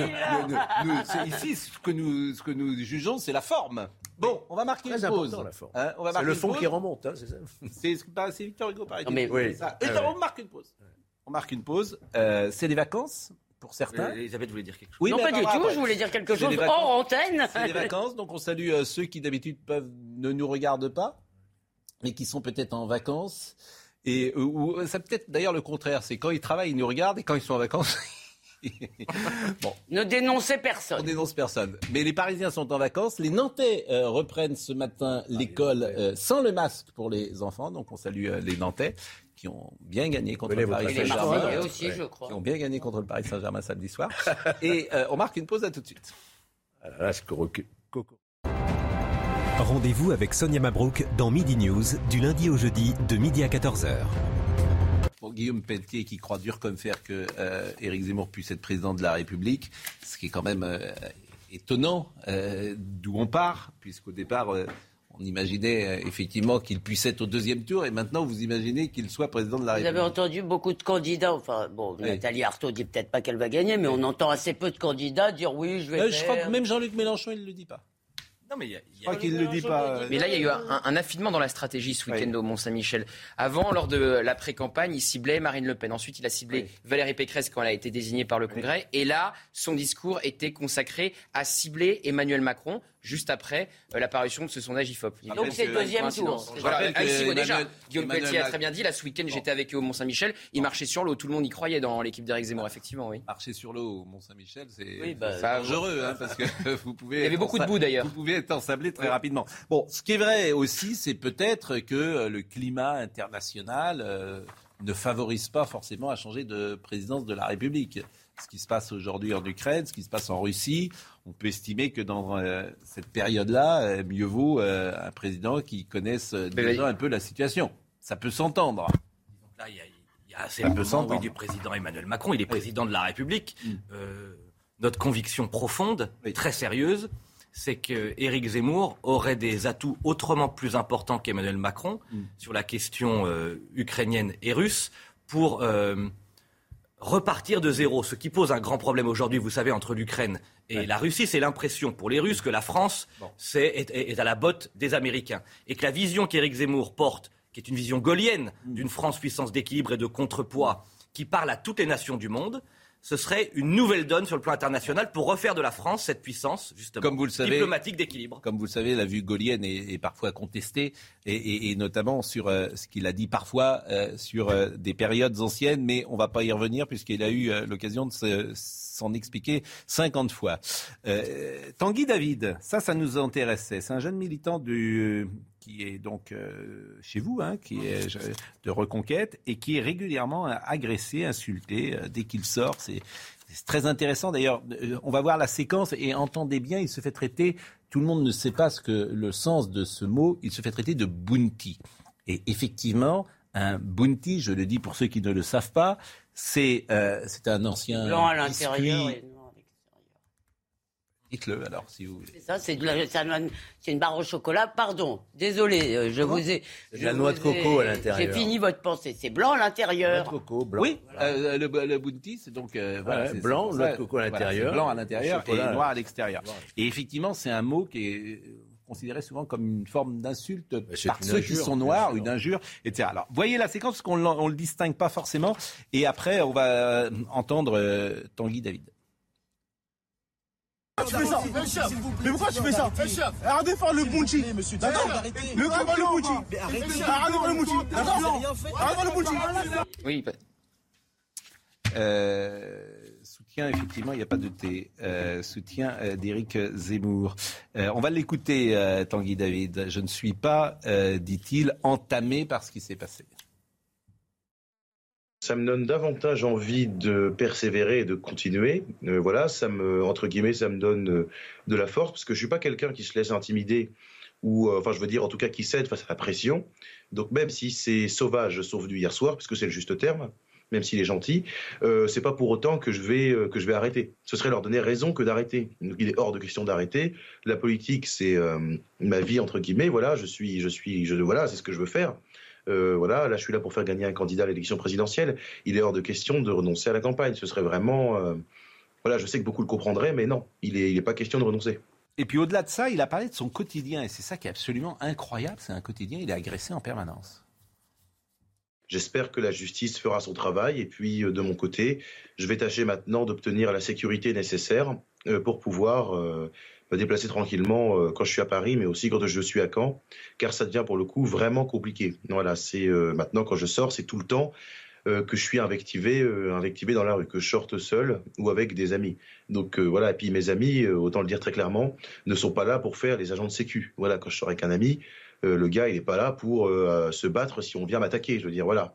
Ici, ce que nous, ce que nous jugeons, c'est la forme. Bon, on va marquer très une pause. La forme. Hein, on va c'est le fond pause. qui remonte, hein, c'est ça. C'est, c'est Victor Hugo, par exemple. Mais oui. ça. Et ah, on ouais. marque une pause. On marque une pause. Euh, c'est des vacances pour certains. Euh, Elisabeth voulait dire quelque chose. Oui, non, pas du tout. Après. Je voulais dire quelque chose hors antenne. C'est des vacances, donc on salue euh, ceux qui d'habitude peuvent ne nous regardent pas, mais qui sont peut-être en vacances. Et euh, ou, ça peut-être d'ailleurs le contraire, c'est quand ils travaillent, ils nous regardent, et quand ils sont en vacances, bon. Ne dénoncez personne. On dénonce personne. Mais les Parisiens sont en vacances. Les Nantais euh, reprennent ce matin l'école euh, sans le masque pour les enfants. Donc on salue euh, les Nantais qui ont bien gagné contre le Paris Saint-Germain. Et aussi, je crois. Qui ont bien gagné contre le Paris Saint-Germain samedi soir. Et euh, on marque une pause, à tout de suite. Alors là, c'est Coco. Rendez-vous avec Sonia Mabrouk dans Midi News, du lundi au jeudi, de midi à quatorze heures. Pour Guillaume Pelletier, qui croit dur comme fer que euh, Éric Zemmour puisse être président de la République, ce qui est quand même euh, étonnant, euh, d'où on part, puisqu'au départ, euh, on imaginait euh, effectivement qu'il puisse être au deuxième tour, et maintenant vous imaginez qu'il soit président de la République. Vous avez entendu beaucoup de candidats, enfin, bon, oui. Nathalie Arthaud dit peut-être pas qu'elle va gagner, mais on entend assez peu de candidats dire oui, je vais euh, faire... Je crois que même Jean-Luc Mélenchon, il ne le dit pas. Non, mais il y a, je crois qu'il ne le dit pas. Mais là, il y a eu un, un affinement dans la stratégie ce week-end oui. au Mont-Saint-Michel. Avant, lors de la pré-campagne, il ciblait Marine Le Pen. Ensuite, il a ciblé oui. Valérie Pécresse quand elle a été désignée par le Congrès. Oui. Et là, son discours était consacré à cibler Emmanuel Macron, juste après euh, l'apparition de ce sondage I F O P. Donc c'est le deuxième tour. Voilà, Emmanuel, déjà, Guillaume Pelletier a très bien dit, là, ce week-end, bon. j'étais avec eux au Mont-Saint-Michel, il marchait sur l'eau, tout le monde y croyait dans l'équipe d'Éric Zemmour, effectivement, oui. Marcher sur l'eau au Mont-Saint-Michel, c'est, oui, bah, c'est dangereux, hein, parce que vous pouvez... Il y avait beaucoup de boue, d'ailleurs. Vous pouvez être ensablé très rapidement. Bon, ce qui est vrai aussi, c'est peut-être que le climat international euh, ne favorise pas forcément à changer de présidence de la République. Ce qui se passe aujourd'hui en Ukraine, ce qui se passe en Russie, on peut estimer que dans euh, cette période-là, euh, mieux vaut euh, un président qui connaisse euh, déjà oui. un peu la situation. Ça peut s'entendre. Donc là, il y a, il y a assez peu oui, du président Emmanuel Macron. Il est président oui. de la République. Mm. Euh, notre conviction profonde, oui. très sérieuse, c'est qu'Éric Zemmour aurait des atouts autrement plus importants qu'Emmanuel Macron mm. sur la question euh, ukrainienne et russe pour... Euh, repartir de zéro, ce qui pose un grand problème aujourd'hui, vous savez, entre l'Ukraine et ouais. la Russie, c'est l'impression pour les Russes que la France bon. c'est, est, est à la botte des Américains. Et que la vision qu'Éric Zemmour porte, qui est une vision gaullienne mmh. d'une France puissance d'équilibre et de contrepoids, qui parle à toutes les nations du monde, ce serait une nouvelle donne sur le plan international pour refaire de la France cette puissance, justement, comme vous le savez, diplomatique d'équilibre. Comme vous le savez, la vue gaullienne est, est parfois contestée, et, et, et notamment sur euh, ce qu'il a dit parfois euh, sur euh, des périodes anciennes, mais on ne va pas y revenir puisqu'il a eu euh, l'occasion de se, s'en expliquer cinquante fois. Euh, Tanguy David, ça, ça nous intéressait. C'est un jeune militant du, qui est donc euh, chez vous, hein, qui est de Reconquête et qui est régulièrement agressé, insulté euh, dès qu'il sort. C'est, c'est très intéressant. D'ailleurs, euh, on va voir la séquence et entendez bien, il se fait traiter, tout le monde ne sait pas ce que le sens de ce mot, il se fait traiter de bounty. Et effectivement, un bounty, je le dis pour ceux qui ne le savent pas, c'est, euh, c'est un ancien blanc à l'intérieur biscuit. et noir à l'extérieur. Dites-le alors, si vous voulez. C'est ça, c'est, de la, c'est, un, c'est une barre au chocolat. Pardon, désolé, euh, je Comment vous ai... C'est de la noix de coco ai, à l'intérieur. J'ai fini votre pensée. C'est blanc à l'intérieur. Noix de coco, blanc. Oui, voilà. euh, le, le bounty, c'est donc euh, voilà, ouais, c'est, blanc, c'est noix de coco à l'intérieur. Voilà, blanc à l'intérieur et noir à l'extérieur. Noir. Et effectivement, c'est un mot qui est considéré souvent comme une forme d'insulte c'est par ceux injure, qui sont noirs, une injure, et cetera. Alors, voyez la séquence parce qu'on ne le distingue pas forcément. Et après, on va entendre euh, Tanguy David. Tu fais ça, mais pourquoi tu fais ça? Arrêtez de faire le bounty. D'accord? Le gars va le bounty. Arrêtez de faire le bounty. D'accord? Arrêtez de faire le bounty. Oui. Euh, soutien, effectivement, il n'y a pas de thé. Euh, soutien euh, d'Éric Zemmour. Euh, on va l'écouter, euh, Tanguy David. Je ne suis pas, euh, dit-il, entamé par ce qui s'est passé. Ça me donne davantage envie de persévérer et de continuer. Euh, voilà, ça me, entre guillemets, ça me donne euh, de la force parce que je suis pas quelqu'un qui se laisse intimider ou, euh, enfin, je veux dire, en tout cas, qui cède face à la pression. Donc, même si c'est sauvage, sauf du hier soir, parce que c'est le juste terme, même s'il est gentil, euh, c'est pas pour autant que je vais euh, que je vais arrêter. Ce serait leur donner raison que d'arrêter. Donc, il est hors de question d'arrêter. La politique, c'est euh, ma vie entre guillemets. Voilà, je suis, je suis, je, voilà, c'est ce que je veux faire. Euh, voilà, là je suis là pour faire gagner un candidat à l'élection présidentielle. Il est hors de question de renoncer à la campagne. Ce serait vraiment, euh, voilà, je sais que beaucoup le comprendraient, mais non, il est, il est pas question de renoncer. Et puis au-delà de ça, il a parlé de son quotidien et c'est ça qui est absolument incroyable. C'est un quotidien, il est agressé en permanence. J'espère que la justice fera son travail et puis de mon côté, je vais tâcher maintenant d'obtenir la sécurité nécessaire euh, pour pouvoir euh, me déplacer tranquillement euh, quand je suis à Paris, mais aussi quand je suis à Caen, car ça devient pour le coup vraiment compliqué. Voilà, c'est euh, maintenant quand je sors, c'est tout le temps euh, que je suis invectivé, euh, invectivé dans la rue, que je sorte seul ou avec des amis. Donc euh, voilà, et puis mes amis, euh, autant le dire très clairement, ne sont pas là pour faire les agents de sécu. Voilà, quand je sors avec un ami, euh, le gars il n'est pas là pour euh, se battre si on vient m'attaquer. Je veux dire, voilà.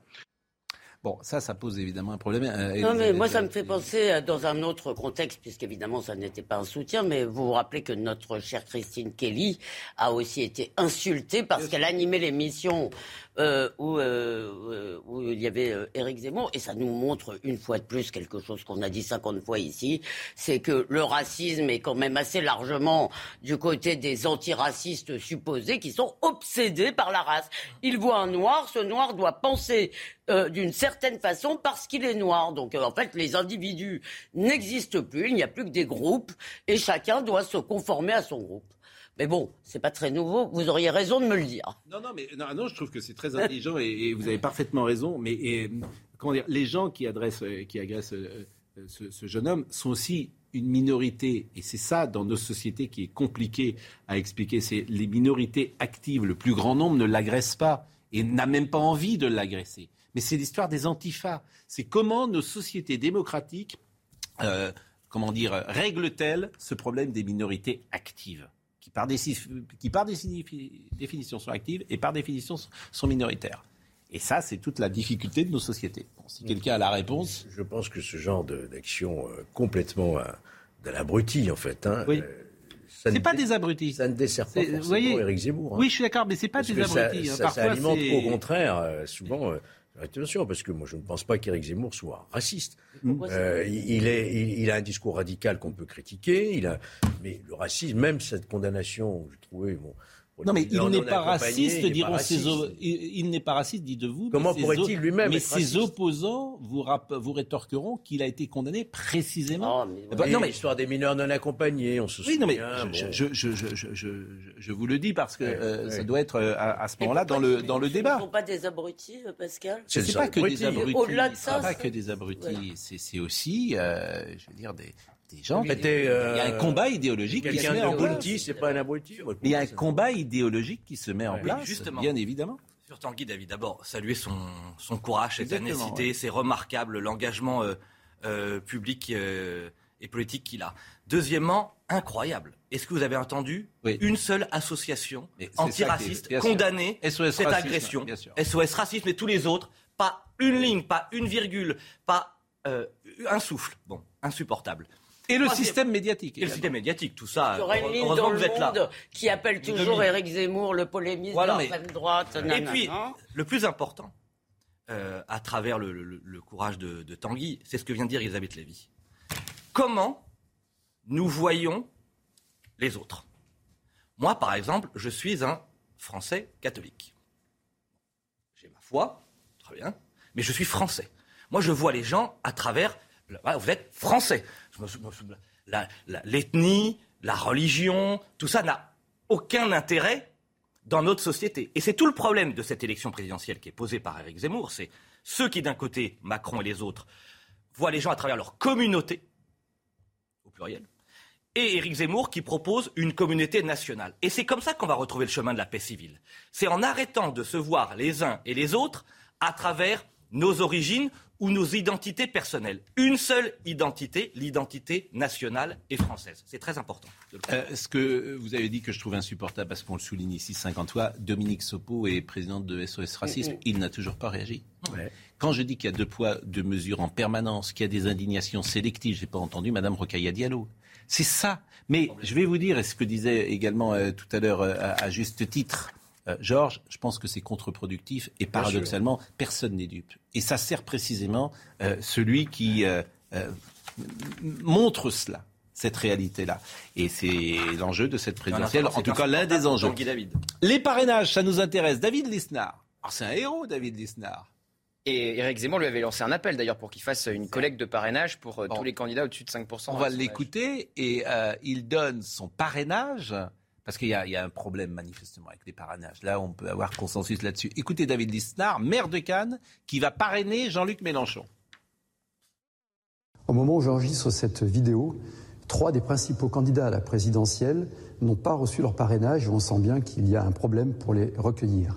Bon, ça, ça pose évidemment un problème. Euh, non, mais moi, ça me fait penser dans un autre contexte, puisqu'évidemment, ça n'était pas un soutien, mais vous vous rappelez que notre chère Christine Kelly a aussi été insultée parce qu'elle animait l'émission euh, où, euh, où il y avait euh, Éric Zemmour, et ça nous montre une fois de plus quelque chose qu'on a dit cinquante fois ici, c'est que le racisme est quand même assez largement du côté des antiracistes supposés qui sont obsédés par la race. Ils voient un noir, ce noir doit penser euh, d'une certaine façon parce qu'il est noir. Donc euh, en fait, les individus n'existent plus, il n'y a plus que des groupes, et chacun doit se conformer à son groupe. Mais bon, c'est pas très nouveau. Vous auriez raison de me le dire. Non, non, mais non, non je trouve que c'est très intelligent et, et vous avez parfaitement raison. Mais et, comment dire, les gens qui adressent, qui agressent euh, ce, ce jeune homme sont aussi une minorité. Et c'est ça, dans nos sociétés, qui est compliqué à expliquer. C'est les minorités actives. Le plus grand nombre ne l'agresse pas et n'a même pas envie de l'agresser. Mais c'est l'histoire des antifas. C'est comment nos sociétés démocratiques, euh, comment dire, règlent-elles ce problème des minorités actives, qui par, déci- qui par déci- définition sont actives et par définition sont minoritaires. Et ça, c'est toute la difficulté de nos sociétés. Bon, si quelqu'un a la réponse... Je pense que ce genre de, d'action euh, complètement euh, de l'abruti, en fait... Hein, oui. euh, c'est pas des abrutis. Ça ne dessert pas forcément voyez, Éric Zemmour. Hein. Oui, je suis d'accord, mais c'est pas parce des abrutis. Ça, hein. ça, Parfois, ça alimente c'est... au contraire, euh, souvent... Euh, Attention, parce que moi je ne pense pas qu'Éric Zemmour soit raciste. Euh, il, est, il, il a un discours radical qu'on peut critiquer, il a, mais le racisme, même cette condamnation, j'ai trouvé... Bon, non mais il n'est pas raciste, diront ses opposants. Il, il n'est pas raciste, dit de vous. Comment pourrait-il o- lui-même Mais être ses raciste opposants vous, rap- vous rétorqueront qu'il a été condamné précisément. Oh, mais voilà. Non mais l'histoire des mineurs non accompagnés, on se oui, souvient. Non mais bon. je, je, je, je, je, je, je vous le dis parce que ouais, euh, ouais. ça doit être à, à ce moment-là dans le dans le débat. Ce ne sont pas des abrutis, Pascal. C'est, c'est pas que des abrutis. Au-delà de ça, c'est pas que des abrutis. Ouais. C'est, c'est aussi, euh, je veux dire des. Des gens, qui, euh, il y a un combat idéologique qui se met en place. Bounty, c'est pas un abruti. Il y a un combat idéologique qui se met en ouais, place, justement. Bien évidemment. Sur Tanguy David, d'abord, saluer son, son courage, sa ténacité, ouais. c'est remarquable, l'engagement euh, euh, public euh, et politique qu'il a. Deuxièmement, incroyable. Est-ce que vous avez entendu oui. une seule association antiraciste condamner S O S cette racisme, agression S O S racisme et tous les autres, pas une ligne, pas une virgule, pas euh, un souffle. Bon, insupportable. Et le système médiatique. Et le système médiatique, tout ça. Il y aura une ligne dans le monde qui appelle toujours Éric Zemmour, le polémiste voilà, de l'extrême droite. Et nanana. Puis, le plus important, euh, à travers le, le, le courage de, de Tanguy, c'est ce que vient de dire Elisabeth Lévy. Comment nous voyons les autres ? Moi, par exemple, je suis un Français catholique. J'ai ma foi, très bien, mais je suis Français. Moi, je vois les gens à travers... Vous êtes Français. La, la, l'ethnie, la religion, tout ça n'a aucun intérêt dans notre société. Et c'est tout le problème de cette élection présidentielle qui est posée par Éric Zemmour. C'est ceux qui, d'un côté, Macron et les autres, voient les gens à travers leur communauté, au pluriel, et Éric Zemmour qui propose une communauté nationale. Et c'est comme ça qu'on va retrouver le chemin de la paix civile. C'est en arrêtant de se voir les uns et les autres à travers nos origines ou nos identités personnelles. Une seule identité, l'identité nationale et française. C'est très important. Euh, ce que vous avez dit que je trouve insupportable, parce qu'on le souligne ici cinquante fois, Dominique Sopo est présidente de S O S Racisme, il n'a toujours pas réagi. Ouais. Quand je dis qu'il y a deux poids, deux mesures en permanence, qu'il y a des indignations sélectives, je n'ai pas entendu Mme Rokhaya Diallo. C'est ça. Mais je vais vous dire, et ce que disait également euh, tout à l'heure euh, à, à juste titre Euh, Georges, je pense que c'est contre-productif et paradoxalement, personne n'est dupe. Et ça sert précisément euh, celui qui euh, euh, montre cela, cette réalité-là. Et c'est l'enjeu de cette présidentielle, en tout cas l'un des enjeux. Les parrainages, ça nous intéresse. David Lisnard. Alors, c'est un héros, David Lisnard. Et Éric Zemmour lui avait lancé un appel d'ailleurs pour qu'il fasse une collecte de parrainage pour euh, bon. tous les candidats au-dessus de cinq pour cent. On va l'écouter et euh, il donne son parrainage. Parce qu'il y a, il y a un problème manifestement avec les parrainages. Là, on peut avoir consensus là-dessus. Écoutez David Lisnard, maire de Cannes, qui va parrainer Jean-Luc Mélenchon. Au moment où j'enregistre cette vidéo, trois des principaux candidats à la présidentielle n'ont pas reçu leur parrainage et on sent bien qu'il y a un problème pour les recueillir.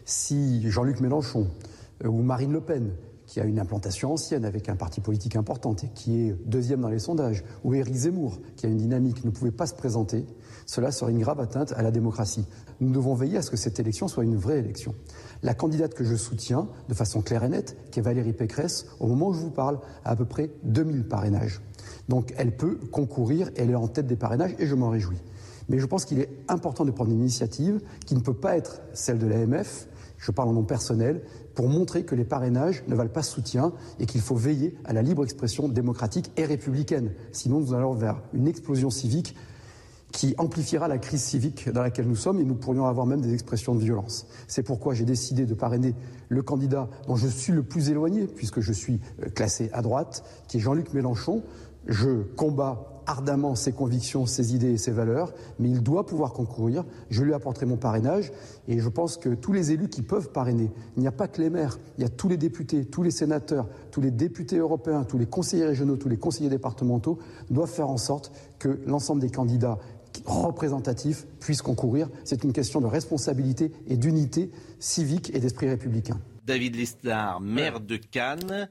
Si Jean-Luc Mélenchon ou Marine Le Pen, qui a une implantation ancienne avec un parti politique important et qui est deuxième dans les sondages, ou Éric Zemmour, qui a une dynamique, ne pouvait pas se présenter, cela serait une grave atteinte à la démocratie. Nous devons veiller à ce que cette élection soit une vraie élection. La candidate que je soutiens, de façon claire et nette, qui est Valérie Pécresse, au moment où je vous parle, a à peu près deux mille parrainages. Donc elle peut concourir, elle est en tête des parrainages et je m'en réjouis. Mais je pense qu'il est important de prendre une initiative qui ne peut pas être celle de l'A M F, je parle en nom personnel, pour montrer que les parrainages ne valent pas soutien et qu'il faut veiller à la libre expression démocratique et républicaine. Sinon, nous allons vers une explosion civique qui amplifiera la crise civique dans laquelle nous sommes et nous pourrions avoir même des expressions de violence. C'est pourquoi j'ai décidé de parrainer le candidat dont je suis le plus éloigné, puisque je suis classé à droite, qui est Jean-Luc Mélenchon. Je combats ardemment ses convictions, ses idées et ses valeurs, mais il doit pouvoir concourir. Je lui apporterai mon parrainage et je pense que tous les élus qui peuvent parrainer, il n'y a pas que les maires, il y a tous les députés, tous les sénateurs, tous les députés européens, tous les conseillers régionaux, tous les conseillers départementaux doivent faire en sorte que l'ensemble des candidats représentatifs puissent concourir. C'est une question de responsabilité et d'unité civique et d'esprit républicain. David Lisnard, maire de Cannes.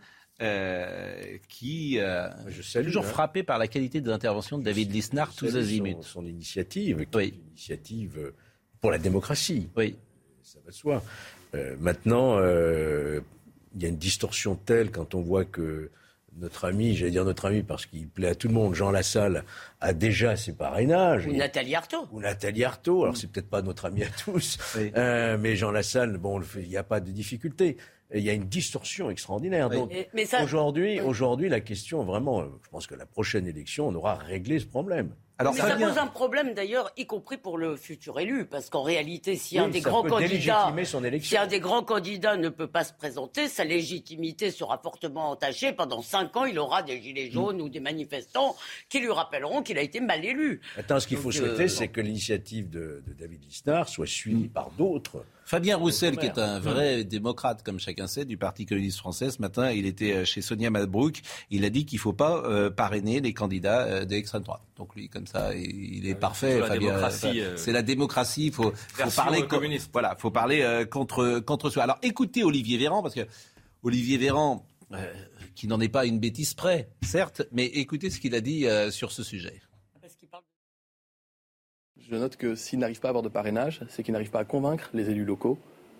Euh, qui euh, je suis toujours hein. frappé par la qualité des interventions de David Lisnard tous azimuts. Son, son initiative, qui oui. est une initiative pour la démocratie. Oui, ça va de soi. Euh, maintenant, euh, il y a une distorsion telle quand on voit que notre ami, j'allais dire notre ami parce qu'il plaît à tout le monde, Jean Lassalle, a déjà ses parrainages. Ou Nathalie Arthaud. Ou Nathalie Arthaud. Alors, c'est peut-être pas notre ami à tous, oui. euh, mais Jean Lassalle, bon, il n'y a pas de difficulté. Il y a une distorsion extraordinaire. Donc, oui. mais ça... aujourd'hui, aujourd'hui, la question, vraiment, je pense que la prochaine élection, on aura réglé ce problème. Alors, mais ça vient... pose un problème d'ailleurs, y compris pour le futur élu, parce qu'en réalité, si oui, un des grands candidats, si un des grands candidats ne peut pas se présenter, sa légitimité sera fortement entachée. Pendant cinq ans, il aura des gilets jaunes mmh. ou des manifestants qui lui rappelleront qu'il a été mal élu. Attends, ce qu'il faut Donc, souhaiter, euh... c'est que l'initiative de, de David Lisnard soit suivie mmh. par d'autres. Fabien Roussel, qui est un vrai mmh. démocrate, comme chacun sait, du Parti communiste français, ce matin, il était chez Sonia Mabrouk. Il a dit qu'il ne faut pas euh, parrainer les candidats euh, de l'extrême droite. Donc lui, comme ça, il, il est euh, parfait. La Fabien, démocratie, euh, c'est la démocratie. Il faut, faut parler, co- voilà, faut parler euh, contre contre soi. Alors, écoutez Olivier Véran, parce que Olivier Véran, euh, qui n'en est pas une bêtise près, certes, mais écoutez ce qu'il a dit euh, sur ce sujet. Je note que s'il n'arrive pas à avoir de parrainage, c'est qu'il n'arrive pas à convaincre les élus locaux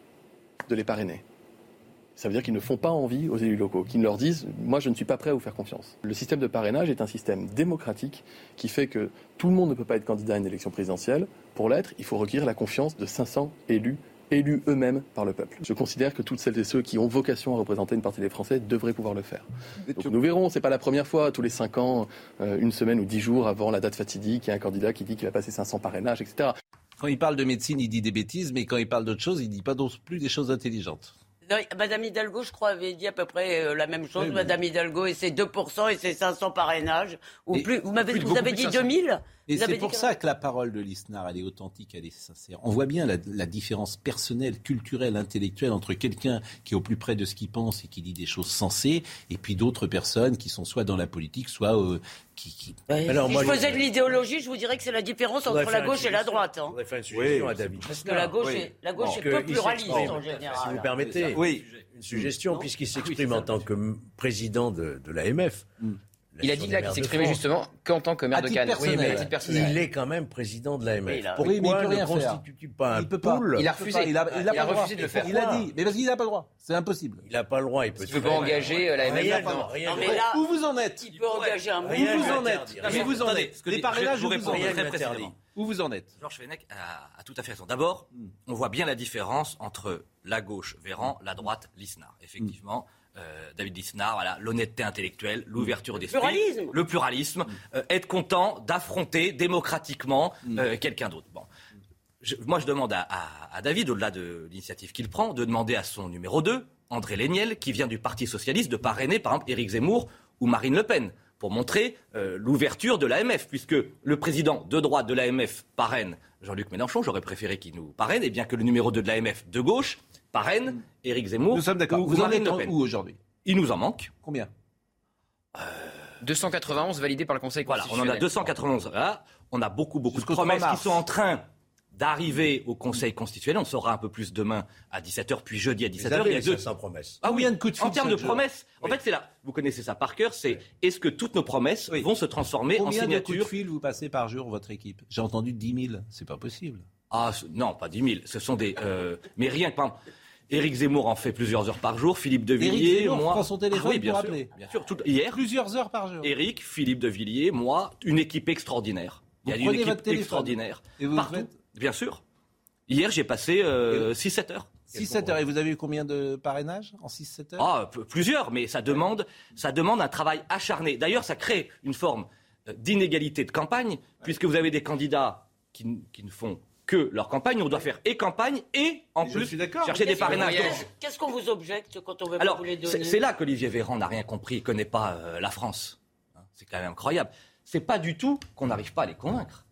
de les parrainer. Ça veut dire qu'ils ne font pas envie aux élus locaux, qu'ils leur disent « moi je ne suis pas prêt à vous faire confiance ». Le système de parrainage est un système démocratique qui fait que tout le monde ne peut pas être candidat à une élection présidentielle. Pour l'être, il faut requérir la confiance de cinq cents élus, élus eux-mêmes par le peuple. Je considère que toutes celles et ceux qui ont vocation à représenter une partie des Français devraient pouvoir le faire. Donc nous verrons, c'est pas la première fois, tous les cinq ans, euh, une semaine ou dix jours avant la date fatidique, il y a un candidat qui dit qu'il va passer cinq cents parrainages, et cetera. Quand il parle de médecine, il dit des bêtises, mais quand il parle d'autre chose, il dit pas non plus des choses intelligentes. Non, Madame Hidalgo, je crois, avait dit à peu près euh, la même chose. Oui, Madame oui. Hidalgo et ses deux pour cent et ses cinq cents parrainages. Ou et plus. Vous, m'avez, plus, vous avez dit deux mille. Et c'est pour ça que la parole de Lisnard, elle est authentique, elle est sincère. On voit bien la, la différence personnelle, culturelle, intellectuelle entre quelqu'un qui est au plus près de ce qu'il pense et qui dit des choses sensées, et puis d'autres personnes qui sont soit dans la politique, soit euh, qui... qui... Ouais, Alors, si moi, je faisais de l'idéologie, je vous dirais que c'est la différence entre la gauche et la droite. Hein. On faire une suggestion oui, à David. Parce que la gauche oui. est, la gauche bon, est peu pluraliste en général. Si vous permettez, oui. une suggestion, non puisqu'il s'exprime oui, en tant que président de, de l'A M F. Mm. Il a dit là qu'il s'exprimait justement qu'en tant que maire de Cannes. Oui, mais il est quand même président de l'A M F. Oui, Pourquoi oui, mais il peut rien ne constitue pas un il peut pas. pool Il a refusé. Il a, il a, il a refusé de le faire. Il a dit, mais parce qu'il n'a pas le droit. C'est impossible. Il n'a pas le droit. Il peut. Il ne peut pas engager l'A M F. Non, rien. Mais là, où vous en êtes? Il peut engager un. Où vous en êtes? Où vous en êtes? Les parrainages, où vous en êtes? Où vous en êtes? Georges Fenech a tout à fait raison. D'abord, on voit bien la différence entre la gauche, Véran, la droite, Lisnard. Effectivement. Euh, David Lisnard, voilà, l'honnêteté intellectuelle, l'ouverture d'esprit, pluralisme. le pluralisme, mm. euh, être content d'affronter démocratiquement euh, mm. quelqu'un d'autre. Bon. Je, moi, je demande à, à, à David, au-delà de l'initiative qu'il prend, de demander à son numéro deux, André Léniel, qui vient du Parti Socialiste, de parrainer, par exemple, Éric Zemmour ou Marine Le Pen, pour montrer euh, l'ouverture de l'A M F, puisque le président de droite de l'A M F parraine Jean-Luc Mélenchon, j'aurais préféré qu'il nous parraine, et bien que le numéro deux de l'A M F de gauche parraine Éric Zemmour. Nous sommes d'accord. Vous en êtes où aujourd'hui? Il nous en manque. Combien euh... deux cent quatre-vingt-onze validés par le Conseil constitutionnel. Voilà, on en a deux cent quatre-vingt-onze là. On a beaucoup, beaucoup Jusqu'au de promesses qui sont en train d'arriver au Conseil constitutionnel. On saura un peu plus demain à dix-sept heures, puis jeudi à dix-sept heures. Il y a deux cents promesses. Ah oui, il y a une coup de fil. En termes de promesses, en fait, c'est là. Vous connaissez ça par cœur. C'est est-ce que toutes nos promesses oui. vont se transformer Combien en signature? Combien de coups de fil vous passez par jour, votre équipe? J'ai entendu dix mille. C'est pas possible. Ah non, pas dix mille. Ce sont des. Euh, mais rien que par exemple, Éric Zemmour en fait plusieurs heures par jour. Philippe de Villiers, Éric Zemmour moi. prend son téléphone ah oui, bien pour sûr, appeler. Bien sûr. Tout, hier. Plusieurs heures par jour. Éric, Philippe de Villiers, moi, une équipe extraordinaire. Vous Il y a une équipe extraordinaire. Et vous partout. Faites... Bien sûr. Hier, j'ai passé euh, six sept heures. six sept heures. Et vous avez eu combien de parrainages en six sept heures? Ah, p- plusieurs, mais ça demande, ça demande un travail acharné. D'ailleurs, ça crée une forme d'inégalité de campagne, ouais. puisque vous avez des candidats qui, qui ne font que leur campagne. On doit faire et campagne et, en et plus, chercher des parrainages. Qu'est-ce, qu'est-ce qu'on vous objecte quand on veut Alors, pas vous les donner? c'est, c'est là qu'Olivier Véran n'a rien compris, il ne connaît pas euh, la France. C'est quand même incroyable. C'est pas du tout qu'on n'arrive pas à les convaincre.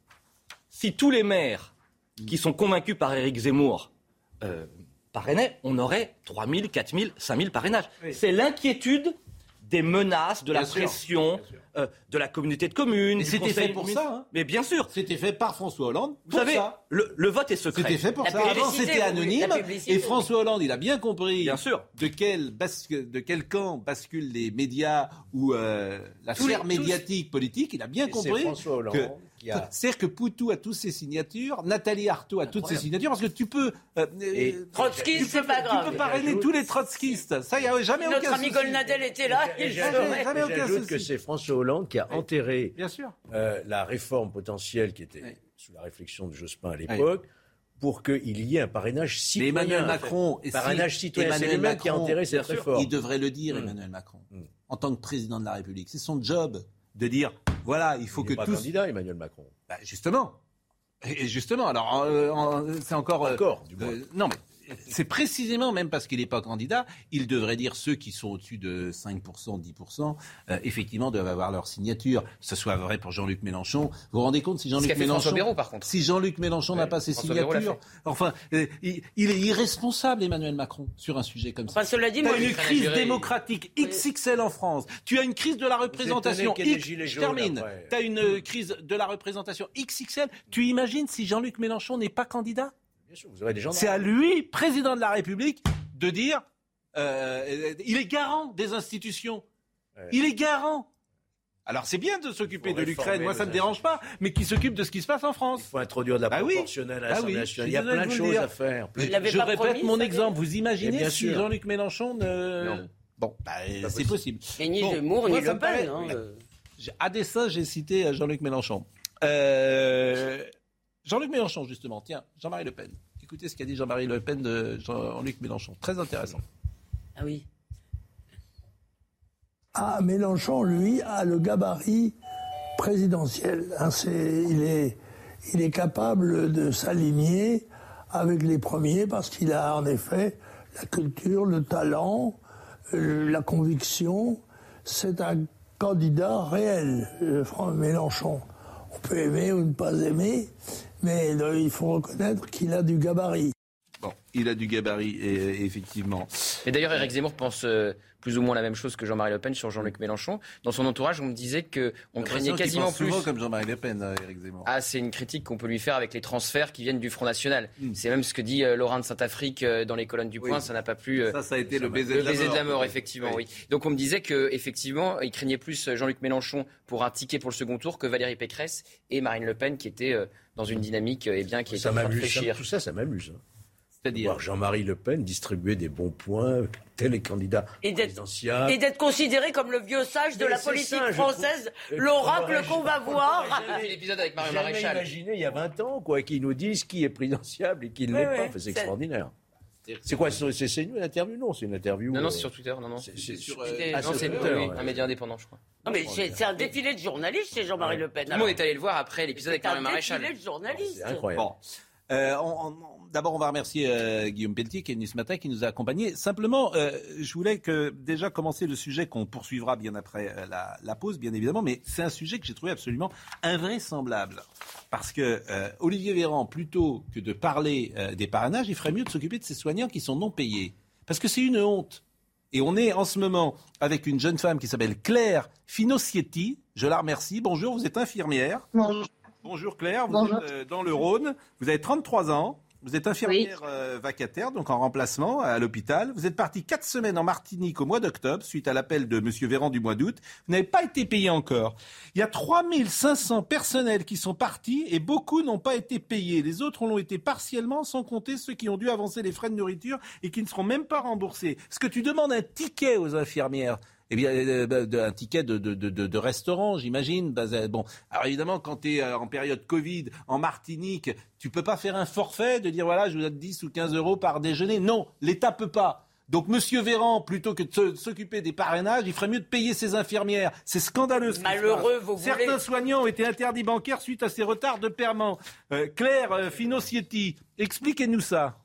Si tous les maires qui sont convaincus par Éric Zemmour euh, parrainaient, on aurait trois mille, quatre mille, cinq mille parrainages. Oui. C'est l'inquiétude des menaces, de bien la sûr, pression euh, de la communauté de communes. Et c'était fait pour ça. Hein. Mais bien sûr. C'était fait par François Hollande. Vous savez, ça. Le, le vote est secret. C'était fait pour la ça. Avant, c'était anonyme. Et François Hollande, il a bien compris bien sûr. De, quel basque, de quel camp basculent les médias ou euh, la tous sphère les, médiatique tous... politique. Il a bien et compris. C'est François Hollande. Que, A... C'est-à-dire que Poutou a toutes ses signatures, Nathalie Arthaud a toutes ses signatures, parce que tu peux... Euh, Trotsky, c'est pas grave. Tu peux parrainer tous les trotskistes. Ça, il n'y a jamais aucun souci. Notre ami Golnadel était là. Et j'ajoute que c'est François Hollande qui a enterré Bien sûr. Euh, la réforme potentielle qui était oui. sous la réflexion de Jospin à l'époque, oui. pour qu'il y ait un parrainage citoyen. Mais Emmanuel Macron... Un parrainage citoyen, Emmanuel c'est lui-même qui a enterré cette réforme. Il devrait le dire, Emmanuel Macron, mm. en tant que président de la République. C'est son job de dire... Voilà, il faut il que n'est pas tous. Candidat, Emmanuel Macron. Bah, justement. Et justement, alors euh, euh, c'est encore. Encore. Euh, du moins. Euh, non, mais c'est précisément même parce qu'il n'est pas candidat, il devrait dire ceux qui sont au-dessus de cinq pour cent, dix pour cent, euh, effectivement, doivent avoir leur signature. Que ce soit vrai pour Jean-Luc Mélenchon. Vous vous rendez compte si Jean-Luc Mélenchon, Bayrou, par contre. si Jean-Luc Mélenchon ouais, n'a pas ses François signatures, enfin, euh, il, il est irresponsable, Emmanuel Macron, sur un sujet comme ça. Enfin, cela dit, tu moi, as une crise démocratique X X L en France. Tu as une crise de la représentation. X, je termine. Tu as une crise de la représentation X X L. Tu imagines si Jean-Luc Mélenchon n'est pas candidat? Bien sûr, vous aurez des gens. C'est à lui, président de la République, de dire euh, il est garant des institutions. Ouais. Il est garant. Alors c'est bien de s'occuper de l'Ukraine, moi ça ne me dérange pas, mais qui s'occupe de ce qui se passe en France. Il faut introduire de la proportionnelle bah oui. à l'Assemblée nationale. Il y a plein de choses à faire. Je, je répète promis, mon exemple. Vous imaginez si sûr. Jean-Luc Mélenchon ne... Non. Bon, bah, c'est possible. Et ni bon, Zemmour, ni Le Pen. Hein, euh... À dessein, j'ai cité Jean-Luc Mélenchon. Euh... Jean-Luc Mélenchon, justement. Tiens, Jean-Marie Le Pen. Écoutez ce qu'a dit Jean-Marie Le Pen de Jean-Luc Mélenchon. Très intéressant. Ah oui. Ah, Mélenchon, lui, a le gabarit présidentiel. Hein, c'est, il, est, il est capable de s'aligner avec les premiers parce qu'il a en effet la culture, le talent, euh, la conviction. C'est un candidat réel, euh, Mélenchon. On peut aimer ou ne pas aimer, mais euh, il faut reconnaître qu'il a du gabarit. Bon, il a du gabarit, et, et effectivement. Et d'ailleurs, Éric Zemmour pense euh, plus ou moins la même chose que Jean-Marie Le Pen sur Jean-Luc Mélenchon. Dans son entourage, on me disait qu'on craignait quasiment plus... souvent comme Jean-Marie Le Pen, Éric Zemmour. Ah, c'est une critique qu'on peut lui faire avec les transferts qui viennent du Front National. Mm. C'est même ce que dit euh, Laurent de Saint-Afrique euh, dans les colonnes du Point. Oui. Ça n'a pas plu... Euh, ça, ça a été le baiser, le de, la baiser mort, de la mort, effectivement, oui. oui. Donc on me disait qu'effectivement, il craignait plus Jean-Luc Mélenchon pour un ticket pour le second tour que Valérie Pécresse et Marine Le Pen qui étaient euh, dans une dynamique eh bien, qui était en train de réfléchir. Tout ça, ça m'amuse. Hein. C'est-à-dire voir Jean-Marie Le Pen distribuer des bons points, tel est candidat présidentiel. Et d'être considéré comme le vieux sage de Mais la politique ça, française, trouve... l'oracle qu'on va voir. J'ai l'épisode avec Mario Maréchal. Imaginé il y a vingt ans, quoi, qu'ils nous disent qui est présidentiable et qui ne l'est oui, pas. Oui, enfin, c'est, c'est extraordinaire. C'est quoi, c'est, c'est une interview? Non, c'est une interview. Non, non, c'est sur Twitter. Non, non. C'est, c'est sur, euh, ah, non, c'est Twitter, oui, ouais. Un média indépendant, je crois. Non, mais c'est, c'est un défilé de journalistes, c'est Jean-Marie ouais. Le Pen. Tout le monde est allé le voir après l'épisode avec Mario Maréchal. C'est un défilé de journalistes. C'est incroyable. Bon. Euh, on, on, d'abord, on va remercier euh, Guillaume Pelletier qui est venu ce matin, qui nous a accompagnés. Simplement, euh, je voulais que déjà commencer le sujet qu'on poursuivra bien après euh, la, la pause, bien évidemment, mais c'est un sujet que j'ai trouvé absolument invraisemblable. Parce que euh, Olivier Véran, plutôt que de parler euh, des parrainages, il ferait mieux de s'occuper de ces soignants qui sont non payés. Parce que c'est une honte. Et on est en ce moment avec une jeune femme qui s'appelle Claire Finocchietti. Je la remercie. Bonjour, vous êtes infirmière. Bonjour. Bonjour Claire, vous Bonjour. êtes euh, dans le Rhône, vous avez trente-trois ans, vous êtes infirmière oui. euh, vacataire, donc en remplacement à l'hôpital. Vous êtes partie quatre semaines en Martinique au mois d'octobre, suite à l'appel de M. Véran du mois d'août. Vous n'avez pas été payé encore. Il y a trois mille cinq cents personnels qui sont partis et beaucoup n'ont pas été payés. Les autres l'ont été partiellement, sans compter ceux qui ont dû avancer les frais de nourriture et qui ne seront même pas remboursés. Est-ce que tu demandes un ticket aux infirmières ? Eh bien, euh, un ticket de, de, de, de restaurant, j'imagine. Bon, alors évidemment, quand tu es en période Covid, en Martinique, tu peux pas faire un forfait de dire, voilà, je vous donne dix ou quinze euros par déjeuner. Non, l'État peut pas. Donc, Monsieur Véran, plutôt que de s'occuper des parrainages, il ferait mieux de payer ses infirmières. C'est scandaleux. Malheureux, vous voulez... Certains soignants ont été interdits bancaires suite à ces retards de paiement. Euh, Claire euh, Finocchietti, expliquez-nous ça.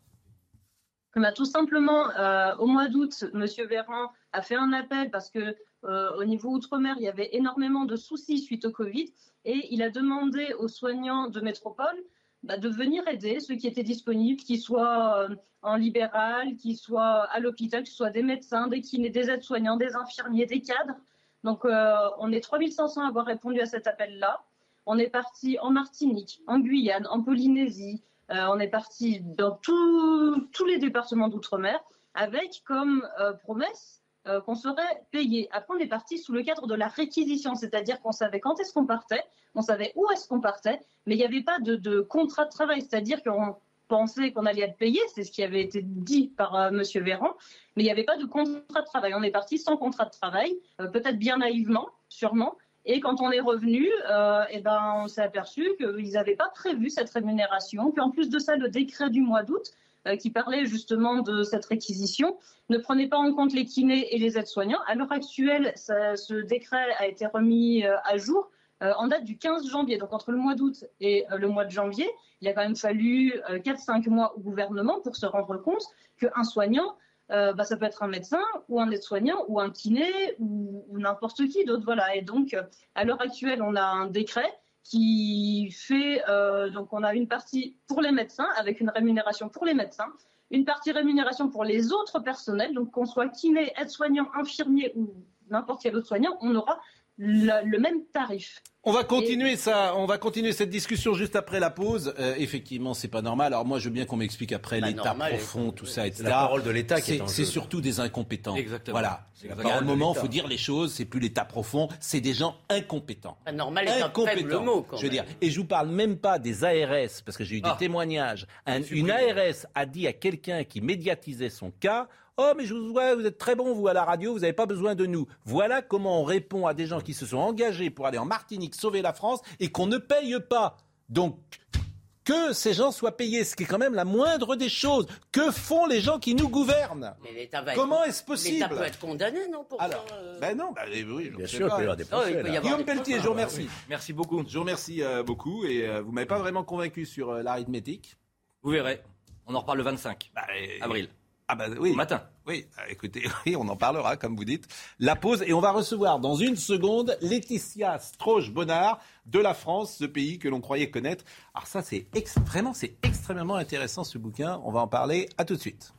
Bah, tout simplement, euh, au mois d'août, M. Véran a fait un appel parce que euh, au niveau outre-mer, il y avait énormément de soucis suite au Covid et il a demandé aux soignants de métropole bah, de venir aider ceux qui étaient disponibles, qu'ils soient euh, en libéral, qu'ils soient à l'hôpital, que ce soit des médecins, des kinés, des aides-soignants, des infirmiers, des cadres. Donc euh, on est trois mille cinq cents à avoir répondu à cet appel-là. On est parti en Martinique, en Guyane, en Polynésie. Euh, on est parti dans tout, tous les départements d'outre-mer avec comme euh, promesse euh, qu'on serait payé. Après, on est parti sous le cadre de la réquisition, c'est-à-dire qu'on savait quand est-ce qu'on partait, on savait où est-ce qu'on partait, mais il n'y avait pas de, de contrat de travail, c'est-à-dire qu'on pensait qu'on allait être payé, c'est ce qui avait été dit par euh, M. Véran, mais il n'y avait pas de contrat de travail. On est parti sans contrat de travail, euh, peut-être bien naïvement, sûrement. Et quand on est revenu, euh, eh ben, on s'est aperçu qu'ils n'avaient pas prévu cette rémunération. Puis en plus de ça, le décret du mois d'août, euh, qui parlait justement de cette réquisition, ne prenait pas en compte les kinés et les aides-soignants. À l'heure actuelle, ça, ce décret a été remis euh, à jour euh, en date du quinze janvier. Donc entre le mois d'août et euh, le mois de janvier, il a quand même fallu euh, quatre à cinq mois au gouvernement pour se rendre compte qu'un soignant, Euh, bah, ça peut être un médecin ou un aide-soignant ou un kiné ou, ou n'importe qui d'autre. Voilà. Et donc, à l'heure actuelle, on a un décret qui fait... Euh, donc, on a une partie pour les médecins avec une rémunération pour les médecins, une partie rémunération pour les autres personnels. Donc, qu'on soit kiné, aide-soignant, infirmier ou n'importe quel autre soignant, on aura le, le même tarif. On va continuer ça, on va continuer cette discussion juste après la pause. Euh, effectivement, c'est pas normal. Alors moi, je veux bien qu'on m'explique après bah, l'État normal, profond, tout ça, et cetera. La parole de l'État qui est en jeu. C'est surtout des incompétents. Exactement. Voilà. À un moment, il faut dire les choses. C'est plus l'État profond, c'est des gens incompétents. Bah, normal est un faible mot. Quand je veux même. dire. Et je vous parle même pas des A R S, parce que j'ai eu des ah. témoignages. Un, une A R S a dit à quelqu'un qui médiatisait son cas. Oh, mais je vous vois, vous êtes très bon, vous, à la radio, vous n'avez pas besoin de nous. Voilà comment on répond à des gens qui se sont engagés pour aller en Martinique sauver la France et qu'on ne paye pas. Donc, que ces gens soient payés, ce qui est quand même la moindre des choses. Que font les gens qui nous gouvernent ? Mais l'État va Comment être... est-ce possible ? L'État peut être condamné, non pour Alors, ça, euh... ben non, ben oui, bien sûr, il peut y avoir des procès. Oh, Guillaume Pelletier, je vous remercie. Oui. Merci beaucoup. Je vous remercie euh, beaucoup et euh, vous m'avez pas vraiment convaincu sur euh, l'arithmétique. Vous verrez, on en reparle le vingt-cinq bah, et... avril. Ah bah oui. Au matin. Oui, bah écoutez, oui, on en parlera, comme vous dites. La pause, et on va recevoir dans une seconde Laetitia Strauch-Bonnard de La France, ce pays que l'on croyait connaître. Alors ça, c'est ex- vraiment, c'est extrêmement intéressant ce bouquin. On va en parler. À tout de suite.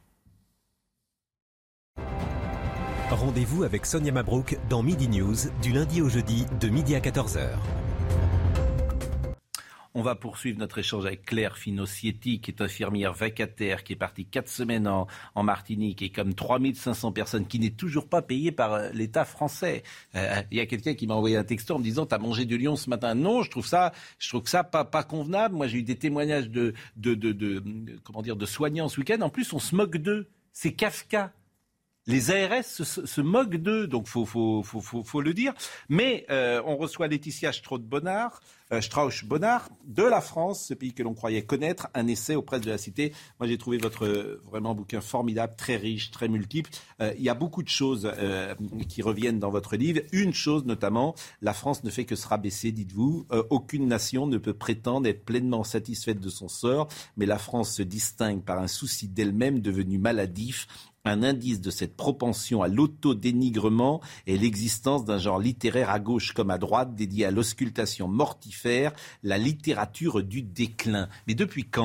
Rendez-vous avec Sonia Mabrouk dans Midi News, du lundi au jeudi, de midi à quatorze heures. On va poursuivre notre échange avec Claire Finot-Sietti, qui est infirmière vacataire, qui est partie quatre semaines en, en Martinique, et comme trois mille cinq cents personnes, qui n'est toujours pas payée par euh, l'État français. Il euh, y a quelqu'un qui m'a envoyé un texto en me disant « T'as mangé du lion ce matin ?» Non, je trouve ça, je trouve ça pas, pas convenable. Moi, j'ai eu des témoignages de, de, de, de, de, comment dire, de soignants ce week-end. En plus, on se moque d'eux. C'est Kafka. Les A R S se, se moquent d'eux, donc faut, faut, faut, faut, faut le dire. Mais euh, on reçoit Laetitia Strauch-Bonnard, euh, Strauch-Bonnard de La France, ce pays que l'on croyait connaître, un essai aux presses de la Cité. Moi, j'ai trouvé votre euh, vraiment bouquin formidable, très riche, très multiple. Euh, il y a beaucoup de choses euh, qui reviennent dans votre livre. Une chose notamment, la France ne fait que se rabaisser, dites-vous. Euh, aucune nation ne peut prétendre être pleinement satisfaite de son sort, mais la France se distingue par un souci d'elle-même devenu maladif. Un indice de cette propension à l'autodénigrement est l'existence d'un genre littéraire à gauche comme à droite dédié à l'auscultation mortifère, la littérature du déclin. Mais depuis quand ?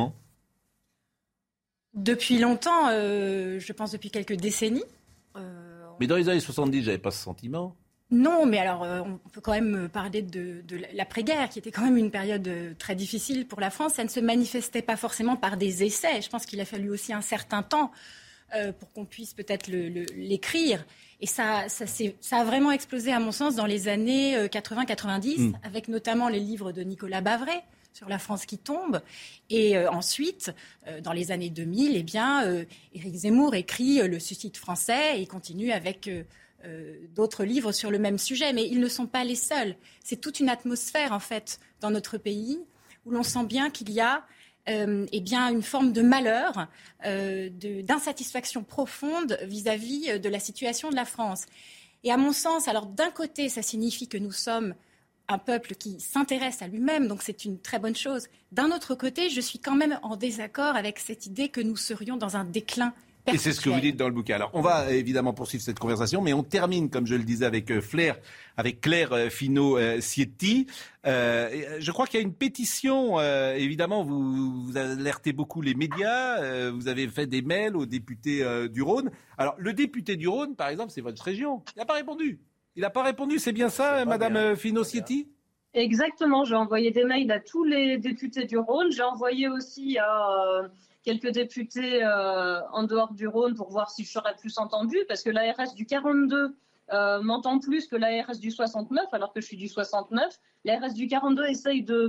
Depuis longtemps, euh, je pense depuis quelques décennies. Euh... Mais dans les années soixante-dix, j'avais pas ce sentiment. Non, mais alors euh, on peut quand même parler de, de l'après-guerre, qui était quand même une période très difficile pour la France. Ça ne se manifestait pas forcément par des essais. Je pense qu'il a fallu aussi un certain temps Euh, pour qu'on puisse peut-être le, le, l'écrire. Et ça, ça, c'est, ça a vraiment explosé, à mon sens, dans les années quatre-vingts quatre-vingt-dix, mmh. avec notamment les livres de Nicolas Bavray sur la France qui tombe. Et euh, ensuite, euh, dans les années deux mille, eh bien, euh, Éric Zemmour écrit euh, Le suicide français et continue avec euh, euh, d'autres livres sur le même sujet. Mais ils ne sont pas les seuls. C'est toute une atmosphère, en fait, dans notre pays, où l'on sent bien qu'il y a Euh, eh bien, une forme de malheur, euh, de, d'insatisfaction profonde vis-à-vis de la situation de la France. Et à mon sens, alors d'un côté, ça signifie que nous sommes un peuple qui s'intéresse à lui-même, donc c'est une très bonne chose. D'un autre côté, je suis quand même en désaccord avec cette idée que nous serions dans un déclin perpétuel. Et c'est ce que vous dites dans le bouquin. Alors, on va évidemment poursuivre cette conversation, mais on termine, comme je le disais, avec euh, Claire, avec Claire euh, Finot-Sietti. Euh, je crois qu'il y a une pétition. Euh, évidemment, vous, vous alertez beaucoup les médias. Euh, vous avez fait des mails au député euh, du Rhône. Alors, le député du Rhône, par exemple, c'est votre région. Il n'a pas répondu. Il n'a pas répondu. C'est bien ça, c'est Madame Finot-Sietti ? Exactement. J'ai envoyé des mails à tous les députés du Rhône. J'ai envoyé aussi à euh, quelques députés euh, en dehors du Rhône pour voir si je serais plus entendue, parce que l'A R S du quarante-deux euh, m'entend plus que l'A R S du soixante-neuf, alors que je suis du soixante-neuf. L'A R S du quarante-deux essaye de,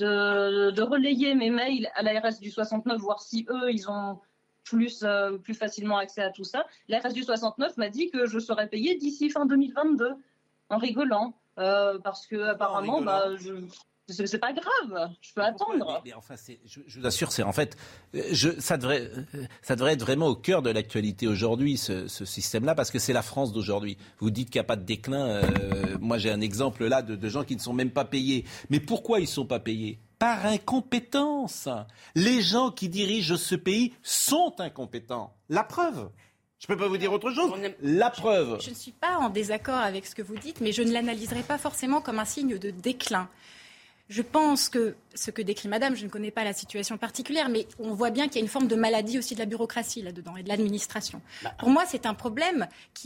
de, de relayer mes mails à l'A R S du soixante-neuf, voir si eux, ils ont plus, euh, plus facilement accès à tout ça. L'A R S du soixante-neuf m'a dit que je serais payée d'ici fin deux mille vingt-deux, en rigolant, euh, parce que apparemment, bah, je... C'est pas grave, je peux attendre. Mais, mais enfin, c'est, je, je vous assure, c'est en fait, je, ça devrait, ça devrait être vraiment au cœur de l'actualité aujourd'hui, ce, ce système-là, parce que c'est la France d'aujourd'hui. Vous dites qu'il n'y a pas de déclin. Euh, moi, j'ai un exemple là de, de gens qui ne sont même pas payés. Mais pourquoi ils ne sont pas payés ? Par incompétence. Les gens qui dirigent ce pays sont incompétents. La preuve. Je ne peux pas vous dire autre chose. La preuve. Je, je ne suis pas en désaccord avec ce que vous dites, mais je ne l'analyserai pas forcément comme un signe de déclin. Je pense que ce que décrit Madame, je ne connais pas la situation particulière, mais on voit bien qu'il y a une forme de maladie aussi de la bureaucratie là-dedans et de l'administration. Pour moi, c'est un problème qui a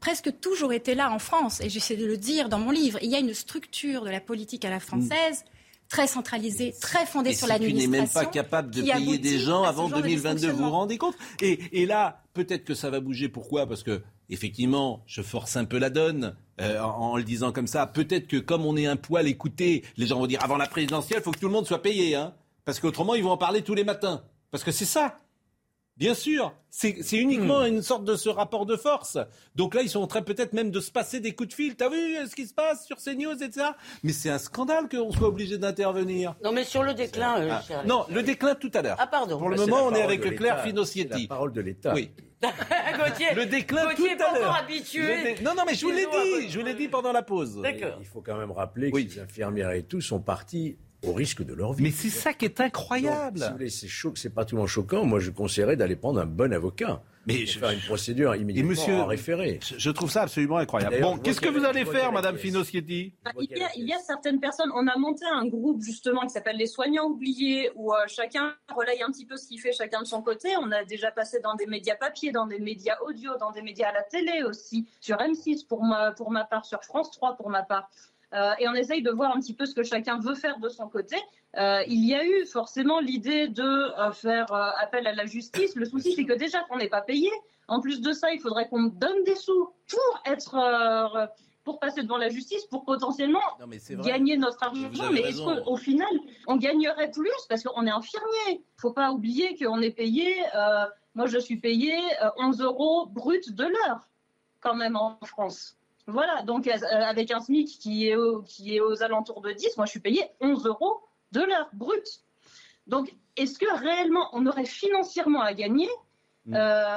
presque toujours été là en France, et j'essaie de le dire dans mon livre. Il y a une structure de la politique à la française, mmh. très centralisée, très fondée et sur si l'administration. Tu n'es même pas capable de payer des gens avant deux mille vingt-deux, vous vous rendez compte ? et, et là, peut-être que ça va bouger. Pourquoi ? Parce que, effectivement, je force un peu la donne euh, en, en le disant comme ça. Peut-être que comme on est un poil écouté, les gens vont dire avant la présidentielle, il faut que tout le monde soit payé. Hein, parce qu'autrement, ils vont en parler tous les matins. Parce que c'est ça. Bien sûr, c'est, c'est uniquement mmh. une sorte de ce rapport de force. Donc là, ils sont en train peut-être même de se passer des coups de fil. T'as vu ce qui se passe sur CNews, et cetera. Mais c'est un scandale qu'on soit obligé d'intervenir. Non, mais sur le déclin... Euh, ah, non, le déclin tout à l'heure. Ah, pardon. Pour le bah, moment, on est avec Claire Finocchietti. C'est la parole de l'État. Oui. Gauthier, le déclin Gauthier tout à l'heure. Habitué. Dé... Non, non, mais je vous l'ai dit. Je vous l'ai dit pendant la pause. D'accord. Il faut quand même rappeler que oui. les infirmières et tout sont partis au risque de leur vie. Mais c'est ça qui est incroyable. Donc, si vous voulez, c'est choc, c'est particulièrement choquant. Moi, je conseillerais d'aller prendre un bon avocat. Mais je... faire une procédure immédiatement monsieur, en référé. Je trouve ça absolument incroyable. Bon, qu'est-ce que vous allez faire, Madame Finocchietti ? il, y a, il y a certaines personnes, on a monté un groupe justement qui s'appelle les soignants oubliés, où euh, chacun relaye un petit peu ce qu'il fait chacun de son côté. On a déjà passé dans des médias papier, dans des médias audio, dans des médias à la télé aussi, sur M six pour ma, pour ma part, sur France trois pour ma part. Euh, et on essaye de voir un petit peu ce que chacun veut faire de son côté. Euh, il y a eu forcément l'idée de euh, faire euh, appel à la justice. Le souci, c'est que déjà qu'on n'est pas payé. En plus de ça, il faudrait qu'on donne des sous pour être, euh, pour passer devant la justice, pour potentiellement non, gagner notre argent. Mais est-ce qu'au final, on gagnerait plus parce qu'on est infirmier ? Il ne faut pas oublier qu'on est payé. Euh, moi, je suis payé euh, onze euros brut de l'heure, quand même, en France. Voilà, donc euh, avec un SMIC qui est, au, qui est aux alentours de dix, moi je suis payé onze euros de l'heure brute. Donc est-ce que réellement on aurait financièrement à gagner euh,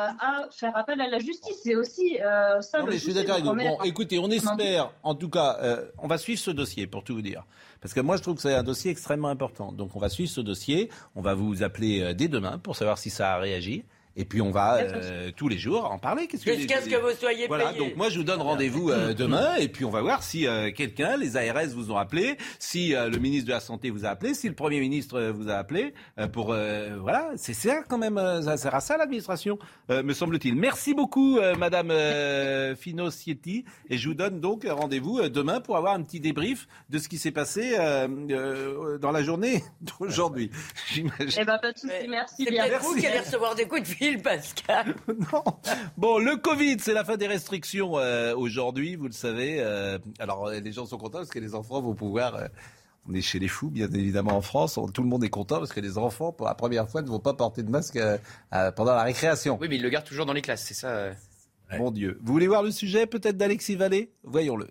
à faire appel à la justice ? C'est aussi euh, ça. Non, le mais je suis d'accord avec vous. Bon, écoutez, on espère, espère, en tout cas, euh, on va suivre ce dossier pour tout vous dire. Parce que moi, je trouve que c'est un dossier extrêmement important. Donc on va suivre ce dossier, on va vous appeler euh, dès demain pour savoir si ça a réagi. Et puis on va euh, tous les jours en parler. Qu'est-ce que, Jusqu'à ce que vous soyez voilà, payé. Donc moi je vous donne rendez-vous euh, demain et puis on va voir si euh, quelqu'un, les A R S vous ont appelé, si euh, le ministre de la Santé vous a appelé, si le Premier ministre vous a appelé euh, pour euh, voilà, c'est ça quand même, euh, ça sert à ça l'administration, euh, me semble-t-il. Merci beaucoup euh, Madame euh, Finocchietti et je vous donne donc rendez-vous euh, demain pour avoir un petit débrief de ce qui s'est passé euh, euh, dans la journée d'aujourd'hui. Eh ben pas de souci, merci. C'est bien. peut-être vous qui allez recevoir des coups de fil. Pascal. Non. Bon, le Covid, c'est la fin des restrictions euh, aujourd'hui, vous le savez. Euh, alors, les gens sont contents parce que les enfants vont pouvoir... Euh, on est chez les fous, bien évidemment, en France. On, tout le monde est content parce que les enfants, pour la première fois, ne vont pas porter de masque euh, euh, pendant la récréation. Oui, mais ils le gardent toujours dans les classes, c'est ça. Euh... Ouais. Mon Dieu. Vous voulez voir le sujet, peut-être, d'Alexis Vallée ? Voyons-le.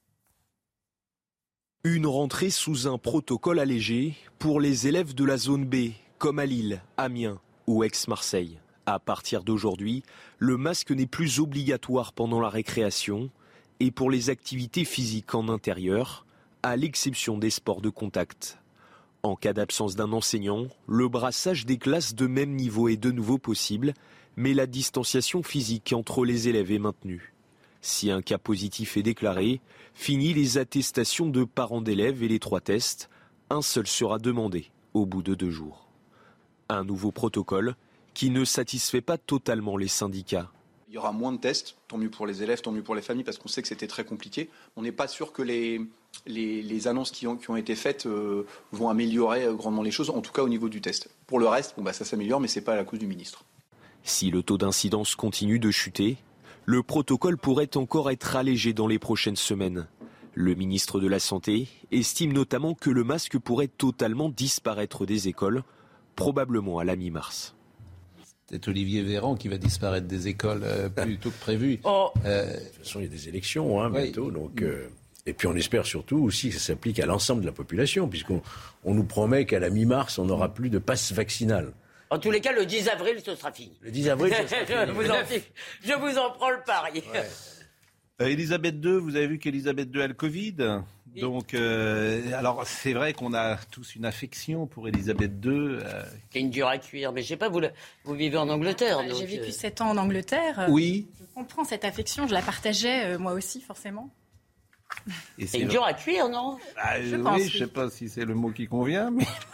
Une rentrée sous un protocole allégé pour les élèves de la zone B, comme à Lille, Amiens ou Aix-Marseille. À partir d'aujourd'hui, le masque n'est plus obligatoire pendant la récréation et pour les activités physiques en intérieur, à l'exception des sports de contact. En cas d'absence d'un enseignant, le brassage des classes de même niveau est de nouveau possible, mais la distanciation physique entre les élèves est maintenue. Si un cas positif est déclaré, fini les attestations de parents d'élèves et les trois tests, un seul sera demandé au bout de deux jours. Un nouveau protocole qui ne satisfait pas totalement les syndicats. Il y aura moins de tests, tant mieux pour les élèves, tant mieux pour les familles, parce qu'on sait que c'était très compliqué. On n'est pas sûr que les, les, les annonces qui ont, qui ont été faites euh, vont améliorer euh, grandement les choses, en tout cas au niveau du test. Pour le reste, bon, bah, ça s'améliore, mais ce n'est pas à la cause du ministre. Si le taux d'incidence continue de chuter, le protocole pourrait encore être allégé dans les prochaines semaines. Le ministre de la Santé estime notamment que le masque pourrait totalement disparaître des écoles, probablement à la mi-mars. C'est Olivier Véran qui va disparaître des écoles euh, plus tôt que prévu. Oh. Euh, de toute façon, il y a des élections hein, bientôt. Oui. Donc, euh, et puis on espère surtout aussi que ça s'applique à l'ensemble de la population, puisqu'on on nous promet qu'à la mi-mars, on n'aura plus de passe vaccinal. En tous les cas, le dix avril, ce sera fini. Le dix avril, ce sera fini. je, vous en, je vous en prends le pari. Ouais. Euh, Elisabeth deux, vous avez vu qu'Elisabeth deux a le Covid. Oui. Donc, euh, alors c'est vrai qu'on a tous une affection pour Elisabeth deux. Euh... C'est une dure à cuire, mais je sais pas, vous, vous vivez en Angleterre. J'ai donc... vécu sept ans en Angleterre. Oui. Je comprends cette affection, je la partageais euh, moi aussi, forcément. Et c'est, c'est une dure à cuire, non ah, je Oui, pense, je ne sais pas si c'est le mot qui convient, mais,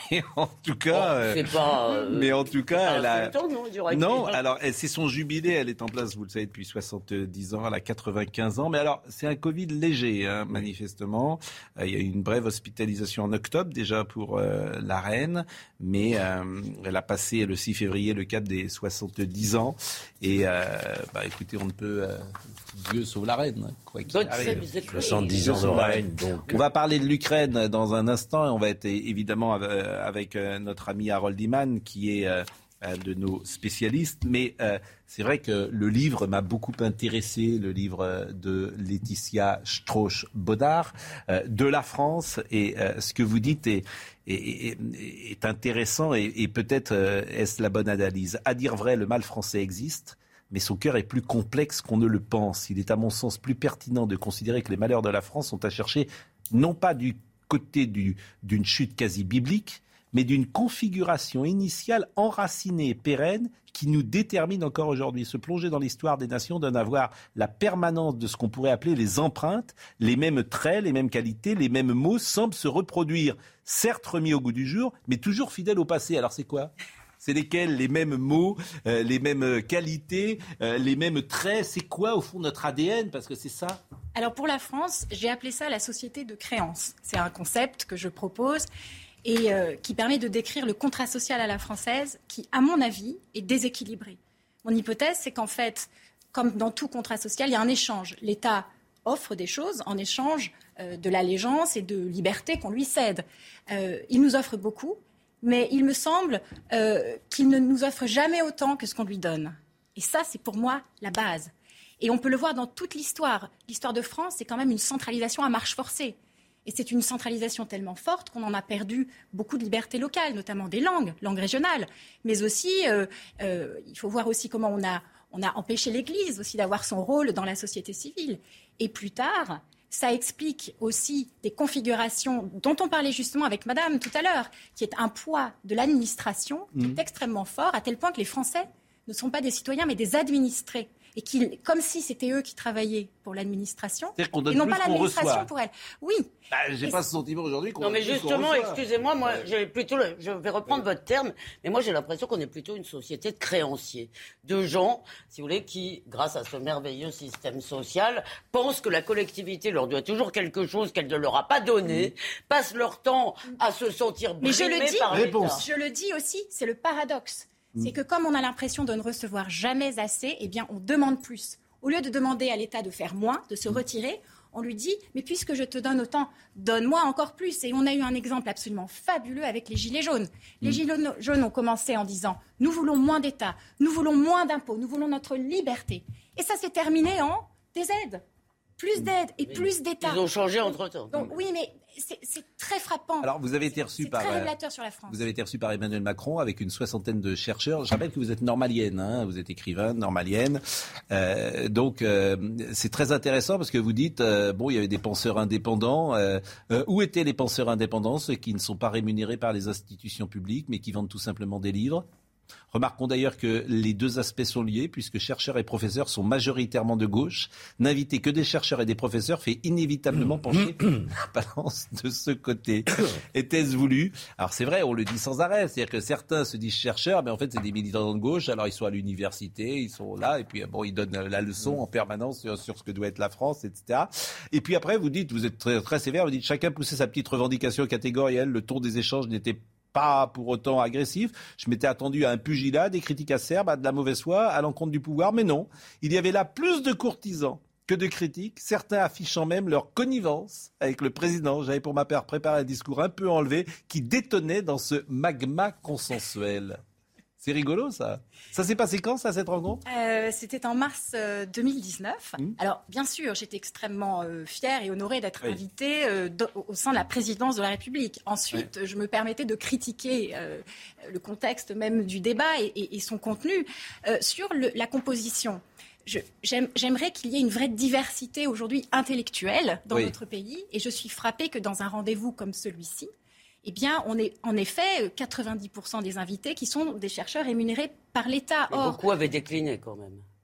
Mais en tout cas, oh, c'est pas, euh, mais en tout cas, elle a. Temps, non, non alors elle, c'est son jubilé. Elle est en place, vous le savez, depuis soixante-dix ans. Elle a quatre-vingt-quinze ans. Mais alors, c'est un Covid léger, hein, manifestement. Euh, il y a eu une brève hospitalisation en octobre déjà pour euh, la reine, mais euh, elle a passé le six février le cap des soixante-dix ans. Et euh, bah, écoutez, on ne peut. Euh, Dieu sauve la reine, quoi qu'il arrive. soixante-dix ans de règne. Donc... On va parler de l'Ukraine dans un instant et on va être évidemment avec notre ami Harold Iman qui est de nos spécialistes. Mais c'est vrai que le livre m'a beaucoup intéressé, le livre de Laetitia Strauch-Bodard, de la France. Et ce que vous dites est, est, est, est intéressant et, et peut-être est-ce la bonne analyse. À dire vrai, le mal français existe. Mais son cœur est plus complexe qu'on ne le pense. Il est à mon sens plus pertinent de considérer que les malheurs de la France sont à chercher non pas du côté du, d'une chute quasi biblique, mais d'une configuration initiale enracinée et pérenne qui nous détermine encore aujourd'hui. Se plonger dans l'histoire des nations donne à voir la permanence de ce qu'on pourrait appeler les empreintes, les mêmes traits, les mêmes qualités, les mêmes mots semblent se reproduire, certes remis au goût du jour, mais toujours fidèles au passé. Alors c'est quoi ? C'est lesquels, les mêmes mots, euh, les mêmes qualités, euh, les mêmes traits. C'est quoi, au fond, notre A D N ? Parce que c'est ça. Alors, pour la France, j'ai appelé ça la société de créance. C'est un concept que je propose et euh, qui permet de décrire le contrat social à la française qui, à mon avis, est déséquilibré. Mon hypothèse, c'est qu'en fait, comme dans tout contrat social, il y a un échange. L'État offre des choses en échange euh, de l'allégeance et de liberté qu'on lui cède. Euh, il nous offre beaucoup. Mais il me semble euh, qu'il ne nous offre jamais autant que ce qu'on lui donne. Et ça, c'est pour moi la base. Et on peut le voir dans toute l'histoire. L'histoire de France, c'est quand même une centralisation à marche forcée. Et c'est une centralisation tellement forte qu'on en a perdu beaucoup de liberté locale, notamment des langues, langues régionales. Mais aussi, euh, euh, il faut voir aussi comment on a, on a empêché l'Église aussi d'avoir son rôle dans la société civile. Et plus tard... Ça explique aussi des configurations dont on parlait justement avec Madame tout à l'heure, qui est un poids de l'administration qui mmh. est extrêmement fort, à tel point que les Français ne sont pas des citoyens mais des administrés. Et qu'ils, comme si c'était eux qui travaillaient pour l'administration, et non pas l'administration pour elle. Oui. Bah, j'ai et pas ce sentiment aujourd'hui qu'on Non, mais plus justement, qu'on excusez-moi, moi, ouais. j'ai plutôt, le, je vais reprendre ouais. votre terme, mais moi j'ai l'impression qu'on est plutôt une société de créanciers, de gens, si vous voulez, qui, grâce à ce merveilleux système social, pensent que la collectivité leur doit toujours quelque chose qu'elle ne leur a pas donné, mmh. passent leur temps à se sentir brimés mais je le dis, par l'État. Je le dis aussi, c'est le paradoxe. C'est que comme on a l'impression de ne recevoir jamais assez, eh bien on demande plus. Au lieu de demander à l'État de faire moins, de se retirer, on lui dit « mais puisque je te donne autant, donne-moi encore plus ». Et on a eu un exemple absolument fabuleux avec les Gilets jaunes. Les Gilets jaunes ont commencé en disant « nous voulons moins d'État, nous voulons moins d'impôts, nous voulons notre liberté ». Et ça s'est terminé en des aides. Plus d'aides et mais plus d'État. Ils ont changé entre-temps. Donc oui, mais c'est, c'est très frappant. Alors vous avez été reçu c'est par très révélateur sur la France. Vous avez été reçu par Emmanuel Macron avec une soixantaine de chercheurs. Je rappelle que vous êtes normalienne, hein, vous êtes écrivain, normalienne. Euh, donc euh, c'est très intéressant parce que vous dites euh, bon, il y avait des penseurs indépendants. Euh, euh, où étaient les penseurs indépendants, ceux qui ne sont pas rémunérés par les institutions publiques, mais qui vendent tout simplement des livres? Remarquons d'ailleurs que les deux aspects sont liés, puisque chercheurs et professeurs sont majoritairement de gauche. N'inviter que des chercheurs et des professeurs fait inévitablement pencher la balance de ce côté. Était-ce voulu? Alors c'est vrai, on le dit sans arrêt. C'est-à-dire que certains se disent chercheurs, mais en fait c'est des militants de gauche. Alors ils sont à l'université, ils sont là, et puis bon, ils donnent la leçon en permanence sur, sur ce que doit être la France, et cetera. Et puis après, vous dites, vous êtes très, très sévère, vous dites chacun poussait sa petite revendication catégorielle. Le ton des échanges n'était pas pour autant agressif. Je m'étais attendu à un pugilat, des critiques acerbes, à de la mauvaise foi, à l'encontre du pouvoir, mais non. Il y avait là plus de courtisans que de critiques, certains affichant même leur connivence avec le président. J'avais pour ma part préparé un discours un peu enlevé qui détonnait dans ce magma consensuel. C'est rigolo, ça. Ça s'est passé quand, ça, cette rencontre ? euh, C'était en mars euh, deux mille dix-neuf. Mmh. Alors, bien sûr, j'étais extrêmement euh, fière et honorée d'être oui. invitée euh, do, au sein de la présidence de la République. Ensuite, oui. je me permettais de critiquer euh, le contexte même du débat et, et, et son contenu. Euh, sur le, la composition, je, j'aime, j'aimerais qu'il y ait une vraie diversité aujourd'hui intellectuelle dans oui. notre pays. Et je suis frappée que dans un rendez-vous comme celui-ci, eh bien, on est en effet quatre-vingt-dix pour cent des invités qui sont des chercheurs rémunérés par l'État. Or, beaucoup avaient décliné quand même.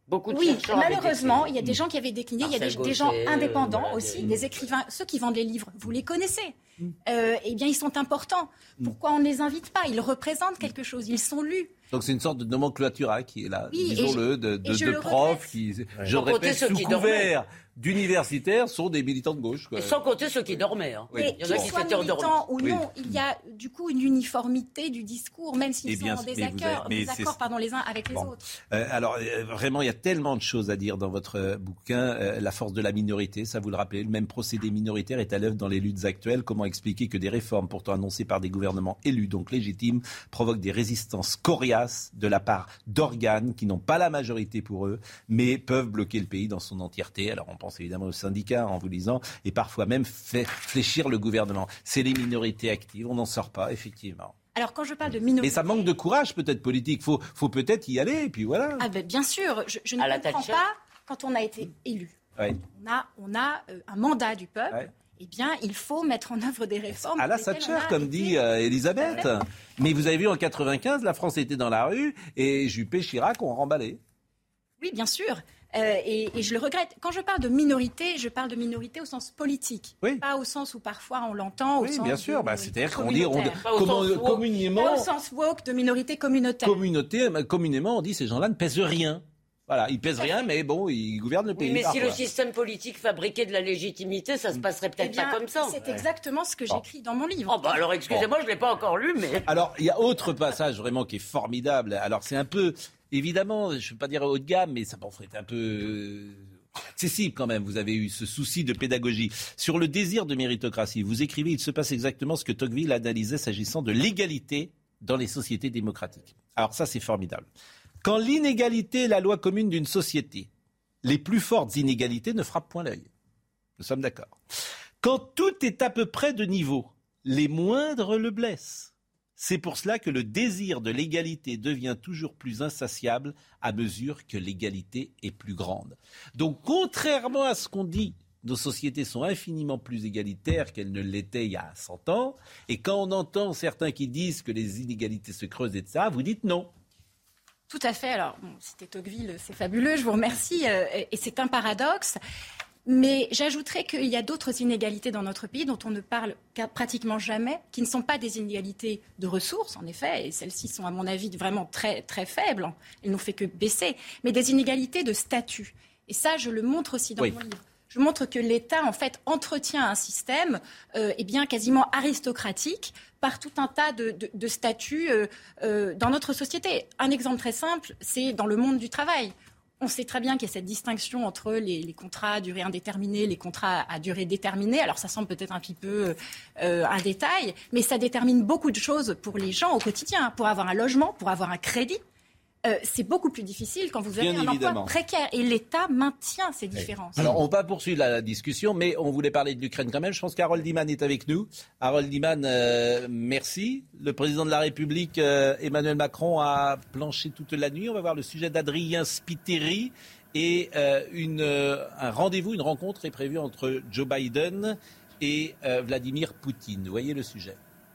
Beaucoup de oui, chercheurs malheureusement, il y a des gens qui avaient décliné, il y a des, des gens indépendants voilà, aussi, des... des écrivains, ceux qui vendent les livres, vous les connaissez. Euh, eh bien, ils sont importants. Pourquoi on ne les invite pas? Ils représentent quelque chose, ils sont lus. Donc c'est une sorte de nomenclatura qui est là, oui, disons-le, de, de, de profs qui, ouais. je le répète, sous couvert d'universitaires, sont des militants de gauche. Quoi. Et sans compter ceux qui dormaient. Hein. Oui. Il y en a qui s'étaient endormis. Ou non, oui. Il y a du coup une uniformité du discours, même s'ils sont en désaccord, avez, désaccord pardon, les uns avec bon. les autres. Euh, alors euh, vraiment, il y a tellement de choses à dire dans votre euh, bouquin. Euh, la force de la minorité, ça vous le rappelez, le même procédé minoritaire est à l'œuvre dans les luttes actuelles. Comment expliquer que des réformes pourtant annoncées par des gouvernements élus, donc légitimes, provoquent des résistances coriaces de la part d'organes qui n'ont pas la majorité pour eux, mais peuvent bloquer le pays dans son entièreté. Alors on pense évidemment aux syndicats en vous lisant, et parfois même faire fléchir le gouvernement. C'est les minorités actives, on n'en sort pas, effectivement. Alors quand je parle de minorité... Mais ça manque de courage peut-être politique, il faut, faut peut-être y aller, et puis voilà. Ah ben bien sûr, je, je ne à comprends pas quand on a été élu. Ouais. On a, on a euh, un mandat du peuple. Ouais. Eh bien, il faut mettre en œuvre des réformes. À la Thatcher, comme dit euh, Elisabeth. Mais vous avez vu, en quatre-vingt-quinze, la France était dans la rue et Juppé et Chirac ont remballé. Oui, bien sûr. Euh, et, et je le regrette. Quand je parle de minorité, je parle de minorité au sens politique. Oui. Pas au sens où parfois on l'entend. Au oui, sens bien sûr. Bah, c'est-à-dire qu'on dit on, comment, communément. Pas au sens woke de minorité communautaire. Communauté, communément, on dit ces gens-là ne pèsent rien. Voilà, ils pèsent rien, mais bon, ils gouvernent le pays. Oui, mais parfois. si le système politique fabriquait de la légitimité, ça se passerait peut-être eh bien, pas comme ça. C'est exactement ce que j'écris bon. dans mon livre. Oh bah alors, excusez-moi, bon. je l'ai pas encore lu, mais... Alors, il y a autre passage vraiment qui est formidable. Alors, c'est un peu, évidemment, je ne veux pas dire haut de gamme, mais ça bon, faut être un peu accessible quand même. Vous avez eu ce souci de pédagogie. Sur le désir de méritocratie, vous écrivez, il se passe exactement ce que Tocqueville analysait s'agissant de l'égalité dans les sociétés démocratiques. Alors ça, c'est formidable. Quand l'inégalité est la loi commune d'une société, les plus fortes inégalités ne frappent point l'œil. Nous sommes d'accord. Quand tout est à peu près de niveau, les moindres le blessent. C'est pour cela que le désir de l'égalité devient toujours plus insatiable à mesure que l'égalité est plus grande. Donc, contrairement à ce qu'on dit, nos sociétés sont infiniment plus égalitaires qu'elles ne l'étaient il y a cent ans. Et quand on entend certains qui disent que les inégalités se creusent, et cetera, vous dites non. Tout à fait. Alors, bon, c'était Tocqueville, c'est fabuleux, je vous remercie. Euh, et c'est un paradoxe. Mais j'ajouterais qu'il y a d'autres inégalités dans notre pays dont on ne parle pratiquement jamais, qui ne sont pas des inégalités de ressources, en effet, et celles-ci sont, à mon avis, vraiment très, très faibles. Elles n'ont fait que baisser. Mais des inégalités de statut. Et ça, je le montre aussi dans oui. mon livre. Je montre que l'État, en fait, entretient un système euh, eh bien, quasiment aristocratique par tout un tas de, de, de statuts euh, euh, dans notre société. Un exemple très simple, c'est dans le monde du travail. On sait très bien qu'il y a cette distinction entre les, les contrats à durée indéterminée, les contrats à durée déterminée. Alors ça semble peut-être un petit peu euh, un détail, mais ça détermine beaucoup de choses pour les gens au quotidien. Pour avoir un logement, pour avoir un crédit. Euh, c'est beaucoup plus difficile quand vous avez Bien un évidemment. emploi précaire. Et l'État maintient ces différences. Alors, on va poursuivre la discussion, mais on voulait parler de l'Ukraine quand même. Je pense qu'Harold Iman est avec nous. Harold Iman, euh, merci. Le président de la République, euh, Emmanuel Macron, a planché toute la nuit. On va voir le sujet d'Adrien Spiteri. Et euh, une, euh, un rendez-vous, une rencontre est prévue entre Joe Biden et euh, Vladimir Poutine. Vous voyez le sujet.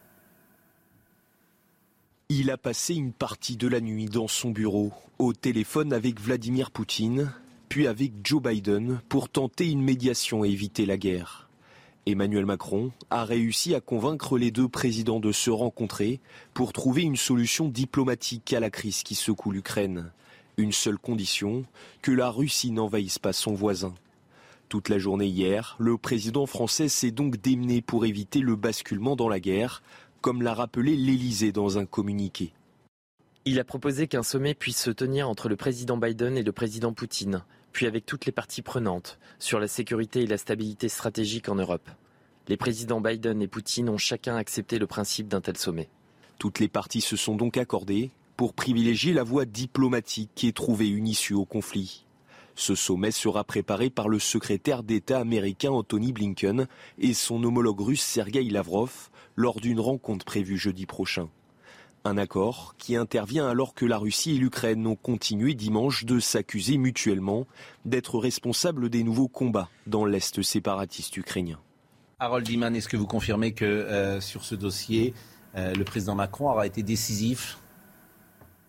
Il a passé une partie de la nuit dans son bureau, au téléphone avec Vladimir Poutine, puis avec Joe Biden pour tenter une médiation et éviter la guerre. Emmanuel Macron a réussi à convaincre les deux présidents de se rencontrer pour trouver une solution diplomatique à la crise qui secoue l'Ukraine. Une seule condition, que la Russie n'envahisse pas son voisin. Toute la journée hier, le président français s'est donc démené pour éviter le basculement dans la guerre, comme l'a rappelé l'Élysée dans un communiqué. Il a proposé qu'un sommet puisse se tenir entre le président Biden et le président Poutine, puis avec toutes les parties prenantes, sur la sécurité et la stabilité stratégique en Europe. Les présidents Biden et Poutine ont chacun accepté le principe d'un tel sommet. Toutes les parties se sont donc accordées pour privilégier la voie diplomatique et trouver une issue au conflit. Ce sommet sera préparé par le secrétaire d'État américain Anthony Blinken et son homologue russe Sergueï Lavrov lors d'une rencontre prévue jeudi prochain. Un accord qui intervient alors que la Russie et l'Ukraine ont continué dimanche de s'accuser mutuellement d'être responsables des nouveaux combats dans l'Est séparatiste ukrainien. Harold Iman, est-ce que vous confirmez que euh, sur ce dossier, euh, le président Macron aura été décisif ?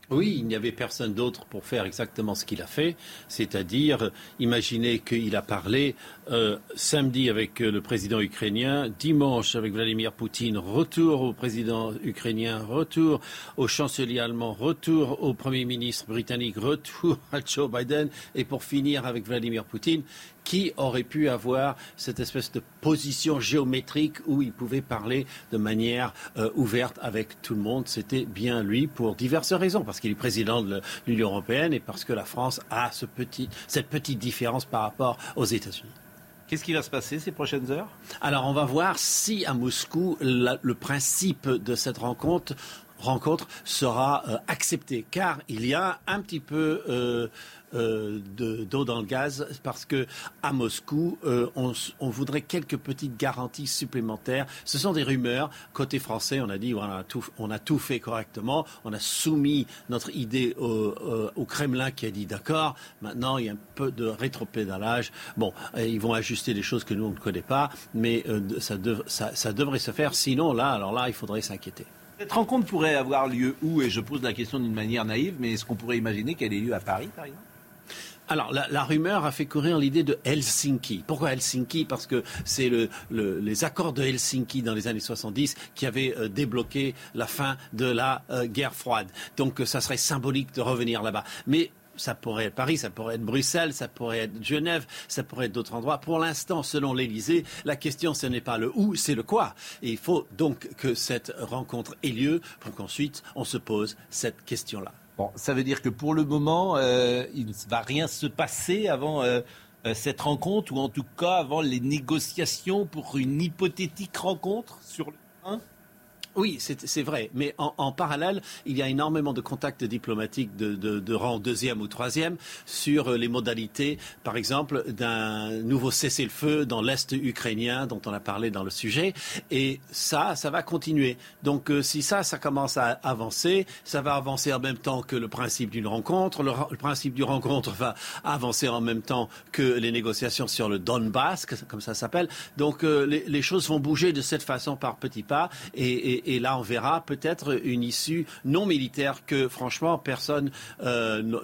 Oui, il n'y avait personne d'autre pour faire exactement ce qu'il a fait, c'est-à-dire, imaginez qu'il a parlé euh, samedi avec euh, le président ukrainien, dimanche avec Vladimir Poutine, retour au président ukrainien, retour au chancelier allemand, retour au premier ministre britannique, retour à Joe Biden, et pour finir avec Vladimir Poutine. Qui aurait pu avoir cette espèce de position géométrique où il pouvait parler de manière euh, ouverte avec tout le monde? C'était bien lui pour diverses raisons, parce qu'il est président de l'Union européenne et parce que la France a ce petit, cette petite différence par rapport aux États-Unis. Qu'est-ce qui va se passer ces prochaines heures? Alors on va voir si à Moscou la, le principe de cette rencontre rencontre sera euh, accepté, car il y a un petit peu euh, euh, de, d'eau dans le gaz, parce que à Moscou, euh, on, on voudrait quelques petites garanties supplémentaires. Ce sont des rumeurs. Côté français, on a dit on a tout, on a tout fait correctement, on a soumis notre idée au, au, au Kremlin qui a dit d'accord. Maintenant, il y a un peu de rétropédalage. Bon, ils vont ajuster des choses que nous on ne connaît pas, mais euh, ça, dev, ça, ça devrait se faire. Sinon, là, alors là, il faudrait s'inquiéter. Cette rencontre pourrait avoir lieu où? Et je pose la question d'une manière naïve, mais est-ce qu'on pourrait imaginer qu'elle ait lieu à Paris, par exemple? Alors, la, la rumeur a fait courir l'idée de Helsinki. Pourquoi Helsinki? Parce que c'est le, le, les accords de Helsinki dans les années soixante-dix qui avaient euh, débloqué la fin de la euh, guerre froide. Donc, euh, ça serait symbolique de revenir là-bas. Mais ça pourrait être Paris, ça pourrait être Bruxelles, ça pourrait être Genève, ça pourrait être d'autres endroits. Pour l'instant, selon l'Élysée, la question, ce n'est pas le où, c'est le quoi. Et il faut donc que cette rencontre ait lieu pour qu'ensuite, on se pose cette question-là. Bon, ça veut dire que pour le moment, euh, il ne va rien se passer avant euh, euh, cette rencontre, ou en tout cas avant les négociations pour une hypothétique rencontre sur le terrain? Oui, c'est, c'est vrai. Mais en, en parallèle, il y a énormément de contacts diplomatiques de, de, de rang deuxième ou troisième sur les modalités, par exemple, d'un nouveau cessez-le-feu dans l'Est ukrainien dont on a parlé dans le sujet. Et ça, ça va continuer. Donc euh, si ça, ça commence à avancer, ça va avancer en même temps que le principe d'une rencontre. Le, le principe d'une rencontre va avancer en même temps que les négociations sur le Donbass, comme ça s'appelle. Donc euh, les, les choses vont bouger de cette façon par petits pas. Et, et Et là, on verra peut-être une issue non militaire que, franchement, personne euh, ne,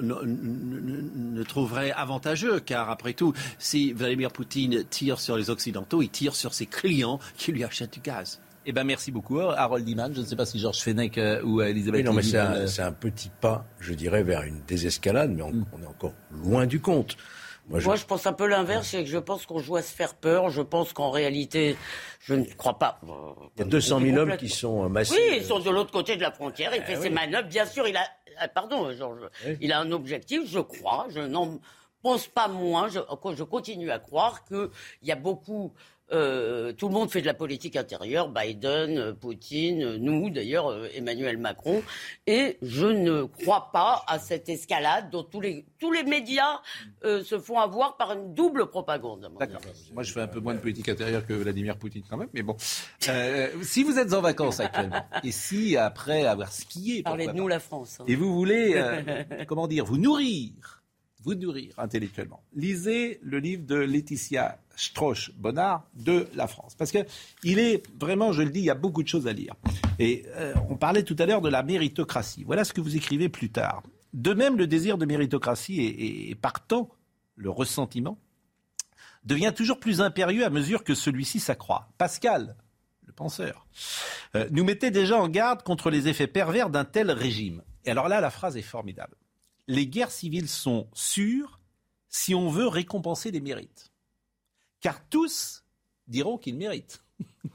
ne, ne trouverait avantageux. Car, après tout, si Vladimir Poutine tire sur les Occidentaux, il tire sur ses clients qui lui achètent du gaz. Eh ben, merci beaucoup, Harold Iman. Je ne sais pas si Georges Fenech euh, ou Elisabeth... Oui, non, mais c'est un, c'est un petit pas, je dirais, vers une désescalade, mais on, mm. on est encore loin du compte. Moi je... Moi, je pense un peu l'inverse, c'est que je pense qu'on joue à se faire peur. Je pense qu'en réalité, je ne crois pas. Il y a deux cent mille hommes qui sont massifs. Oui, ils sont de l'autre côté de la frontière. Il fait euh, ses oui. manœuvres. Bien sûr, il a. Pardon, Georges. Oui. Il a un objectif, je crois. Je n'en pense pas moins. Je, je continue à croire qu'il y a beaucoup. Euh, tout le monde fait de la politique intérieure, Biden, Poutine, nous d'ailleurs, Emmanuel Macron, et je ne crois pas à cette escalade dont tous les, tous les médias euh, se font avoir par une double propagande. D'accord. Moi je fais un peu moins de politique intérieure que Vladimir Poutine quand même, mais bon. Euh, si vous êtes en vacances actuellement, et si après avoir skié... Parlez de nous la France. Hein. Et vous voulez, euh, comment dire, vous nourrir, vous nourrir intellectuellement, lisez le livre de Laetitia Strauch-Bonnard de la France. Parce que il est vraiment, je le dis, il y a beaucoup de choses à lire. Et euh, on parlait tout à l'heure de la méritocratie. Voilà ce que vous écrivez plus tard. De même, le désir de méritocratie et, et, et partant, le ressentiment, devient toujours plus impérieux à mesure que celui-ci s'accroît. Pascal, le penseur, euh, nous mettait déjà en garde contre les effets pervers d'un tel régime. Et alors là, la phrase est formidable. Les guerres civiles sont sûres si on veut récompenser les mérites. Car tous diront qu'ils méritent.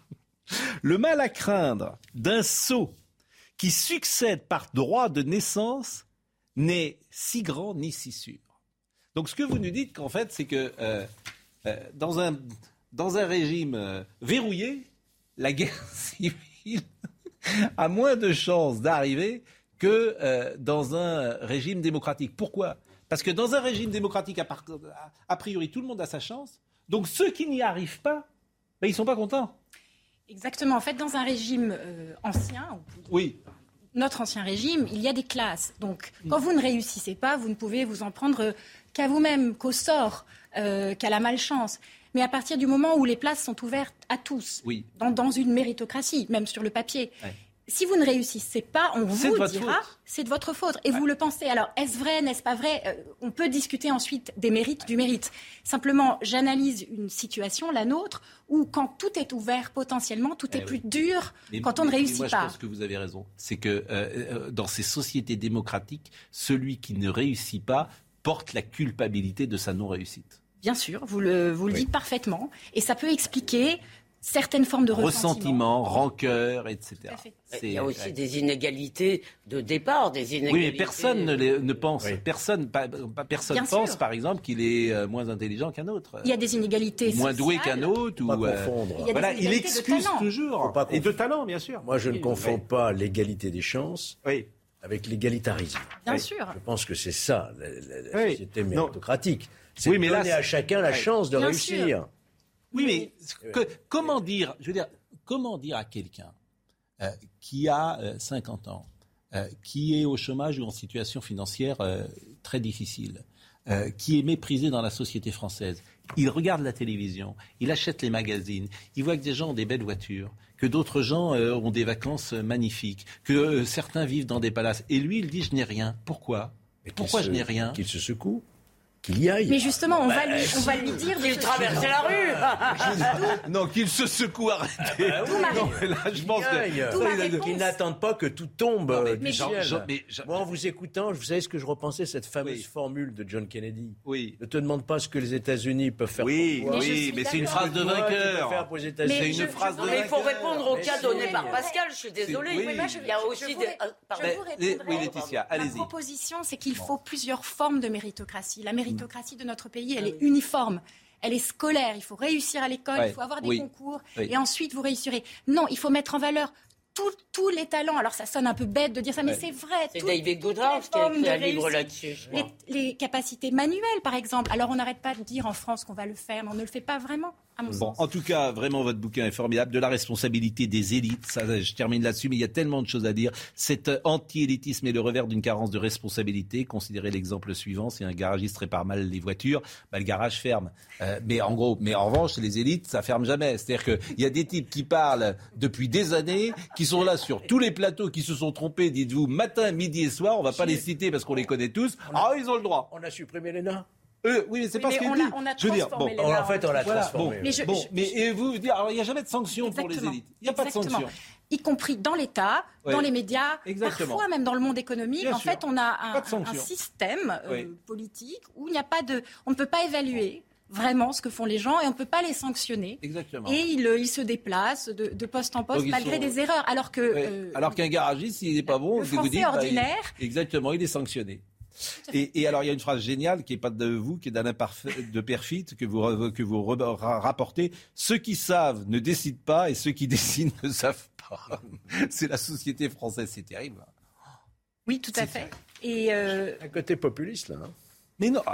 Le mal à craindre d'un sot qui succède par droit de naissance n'est si grand ni si sûr. Donc ce que vous nous dites, qu'en fait, c'est que euh, euh, dans, un, dans un régime euh, verrouillé, la guerre civile a moins de chances d'arriver que euh, dans un régime démocratique. Pourquoi ? Parce que dans un régime démocratique, a, part, a priori, tout le monde a sa chance. Donc ceux qui n'y arrivent pas, ben, ils ne sont pas contents. Exactement. En fait, dans un régime euh, ancien, oui. notre ancien régime, il y a des classes. Donc quand vous ne réussissez pas, vous ne pouvez vous en prendre qu'à vous-même, qu'au sort, euh, qu'à la malchance. Mais à partir du moment où les places sont ouvertes à tous, oui. dans, dans une méritocratie, même sur le papier, ouais. Si vous ne réussissez pas, on c'est vous dira faute. c'est de votre faute. Et ouais. vous le pensez. Alors, est-ce vrai, n'est-ce pas vrai euh, On peut discuter ensuite des mérites, du mérite. Simplement, j'analyse une situation, la nôtre, où quand tout est ouvert potentiellement, tout est eh plus oui. dur mais, quand on mais, ne réussit moi, pas. Je pense que vous avez raison. C'est que euh, dans ces sociétés démocratiques, celui qui ne réussit pas porte la culpabilité de sa non-réussite. Bien sûr, vous le, vous le oui. dites parfaitement. Et ça peut expliquer certaines formes de ressentiment, ressentiment rancœur, et cetera. Il y a aussi ouais. des inégalités de départ, des inégalités. Oui, mais personne ne, les, ne pense, oui. personne, pas, pas, personne pense, sûr. par exemple, qu'il est euh, moins intelligent qu'un autre. Il y a des inégalités moins sociales. doué qu'un autre. Ou, pas confondre. Il, voilà, il excuse toujours. Pas et de talent, bien sûr. Moi, je ne confonds oui. pas l'égalité des chances. Oui. Avec l'égalitarisme. Bien oui. sûr. Je pense que c'est ça, la, la, la oui. société méritocratique. C'est oui, de mais donner là, à chacun la oui. chance de bien réussir. Sûr. Oui, mais que, comment dire, je veux dire, comment dire à quelqu'un euh, qui a euh, cinquante ans, euh, qui est au chômage ou en situation financière euh, très difficile, euh, qui est méprisé dans la société française, il regarde la télévision, il achète les magazines, il voit que des gens ont des belles voitures, que d'autres gens euh, ont des vacances magnifiques, que euh, certains vivent dans des palaces, et lui, il dit « je n'ai rien ». Pourquoi ? Mais Pourquoi se, je n'ai rien ? Qu'il se secoue. Qu'il y aille. Mais justement, on, bah, va, lui, on va lui dire... Qu'il traverse la rue. Non, qu'il se secoue, arrêtez. Ah, oui, non, mais là, je pense que... Qu'ils n'attendent pas que tout tombe non, mais, du mais ciel. Jean, mais, Jean, Moi, en vous écoutant, vous savez ce que je repensais, cette fameuse oui. formule de John Kennedy. Oui. Ne te demande pas ce que les États-Unis peuvent faire oui, pour toi. Oui, oui, mais c'est une phrase de vainqueur. C'est une phrase de vainqueur. Mais il faut répondre au cas donné par Pascal, je suis désolée. Il y a aussi des... Oui, Laetitia, allez-y. Ma proposition, c'est qu'il faut plusieurs formes de méritocratie. La méritocratie de notre pays, elle est uniforme, elle est scolaire, il faut réussir à l'école, ouais, il faut avoir des oui, concours, oui. et ensuite vous réussirez. Non, il faut mettre en valeur tous les talents. Alors ça sonne un peu bête de dire ça, mais ouais. c'est vrai. C'est David Goodhouse qui a écrit un livre là-dessus. Les, les capacités manuelles, par exemple. Alors on n'arrête pas de dire en France qu'on va le faire, mais on ne le fait pas vraiment. Bon, sens. En tout cas, vraiment, votre bouquin est formidable. De la responsabilité des élites, ça, je termine là-dessus, mais il y a tellement de choses à dire. Cet anti-élitisme est le revers d'une carence de responsabilité. Considérez l'exemple suivant, si un garagiste répare mal les voitures, bah, le garage ferme. Euh, mais en gros, mais en revanche, les élites, ça ferme jamais. C'est-à-dire qu'il y a des types qui parlent depuis des années, qui sont là sur tous les plateaux, qui se sont trompés, dites-vous, matin, midi et soir. On va pas les citer parce qu'on les connaît tous. Ah, ils ont le droit. On a supprimé l'E N A. Euh, oui, mais c'est oui, pas mais ce qu'il dit. On a je veux dire, bon, en fait, on l'a voilà, transformé. Bon, mais, je, bon, je, mais et vous, vous dire, alors il n'y a jamais de sanction pour les élites. Il n'y a Exactement. pas de sanction. Y compris dans l'État, ouais. dans les médias, Exactement. parfois même dans le monde économique. Bien en sûr. fait, on a un, un système euh, oui. politique où il n'y a pas de, on ne peut pas évaluer vraiment ce que font les gens et on ne peut pas les sanctionner. Exactement. Et ils, ils se déplacent de, de poste en poste Donc, malgré sont... des erreurs. Alors que, oui. euh, alors qu'un garagiste, s'il n'est pas bon, le français vous dites, ordinaire, bah, il... exactement, il est sanctionné. Et, et alors, il y a une phrase géniale qui n'est pas de vous, qui est d'Alain de Perfit, que vous, que vous rapportez. Ceux qui savent ne décident pas et ceux qui décident ne savent pas. C'est la société française, c'est terrible. Oui, tout à fait. Et euh... un côté populiste, là. Hein. Mais non.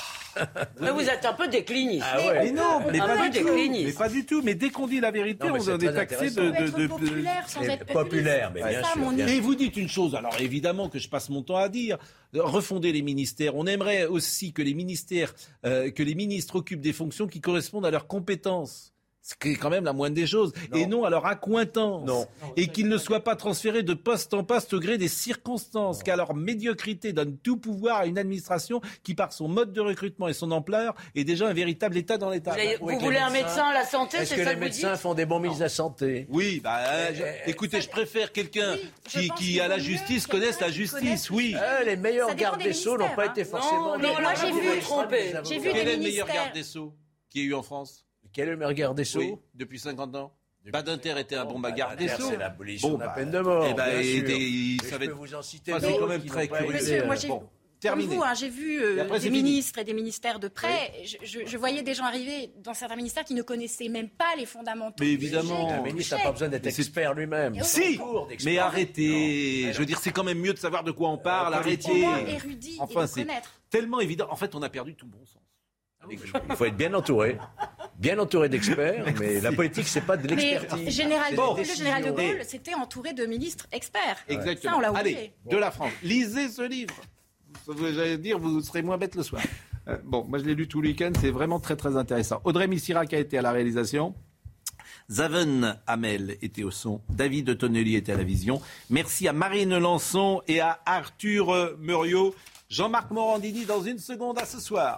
Mais vous êtes un peu décliniste. Ah ouais. Mais non, mais un pas peu du tout. décliniste. Mais pas du tout. Mais dès qu'on dit la vérité, non, on est, est taxé de, de, de, de populaire sans être populaire. Mais bien ça, sûr. Bien et vous dites une chose. Alors évidemment que je passe mon temps à dire refonder les ministères. On aimerait aussi que les ministères, euh, que les ministres occupent des fonctions qui correspondent à leurs compétences. Ce qui est quand même la moindre des choses. Non. Et non à leur accointance. Non. Et qu'ils ne soient pas transférés de poste en poste au gré des circonstances. Car leur médiocrité donne tout pouvoir à une administration qui, par son mode de recrutement et son ampleur, est déjà un véritable État dans l'État. Vous, vous voulez un médecin à la santé, c'est ça que, que les médecins dites font des bons ministres de la santé? Oui, bah, euh, je, écoutez, je préfère quelqu'un oui, qui, qui à la justice, connaisse la justice, oui. Euh, les meilleurs gardes des Sceaux n'ont pas été forcément... Non, non, moi j'ai vu tromper. J'ai vu Quel des est le meilleur garde des Sceaux qu'il y a eu en France? Quel est le meilleur garde des Sceaux? Oui, depuis cinquante ans. Badinter était un bon garde des Sceaux. C'est l'abolition bon, de la peine de mort. Eh ben, bien et, sûr. et, il je savait... peux vous en citer. Enfin, c'est quand même très curieux. Monsieur, moi, j'ai... Bon, terminé. Vous, hein, j'ai vu euh, après, des ministres et des ministères de près. Oui. Je, je, je voyais des gens arriver dans certains ministères qui ne connaissaient même pas les fondamentaux. Mais évidemment. Un ministre n'a pas besoin d'être expert lui-même. Si, mais arrêtez. Non. Je veux dire, c'est quand même mieux de savoir de quoi on parle. Arrêtez. Au moins érudit enfin, et de c'est connaître. Tellement évident. En fait, on a perdu tout bon sens. Il faut être bien entouré, bien entouré d'experts, mais la politique, c'est pas de l'expertise. Mais général, bon. Le général de Gaulle, c'était entouré de ministres experts. Exactement. Ça, on l'a oublié. Allez, de la France. Lisez ce livre. J'allais dire, vous serez moins bête le soir. Euh, bon, moi je l'ai lu tout le week-end, c'est vraiment très très intéressant. Audrey Missirac a été à la réalisation. Zaven Hamel était au son. David Tonnelly était à la vision. Merci à Marine Lançon et à Arthur Muriot. Jean-Marc Morandini dans une seconde. À ce soir.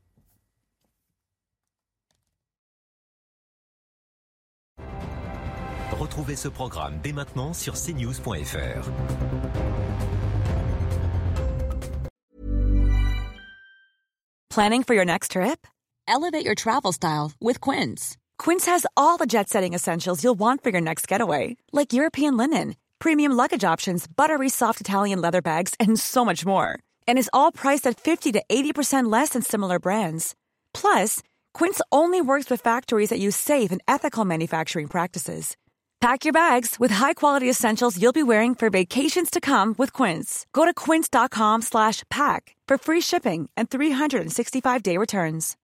Retrouvez ce programme dès maintenant sur c news point f r. Planning for your next trip? Elevate your travel style with Quince. Quince has all the jet-setting essentials you'll want for your next getaway, like European linen, premium luggage options, buttery soft Italian leather bags, and so much more. And is all priced at fifty to eighty percent less than similar brands. Plus, Quince only works with factories that use safe and ethical manufacturing practices. Pack your bags with high-quality essentials you'll be wearing for vacations to come with Quince. Go to quince dot com slash pack for free shipping and three sixty-five day returns.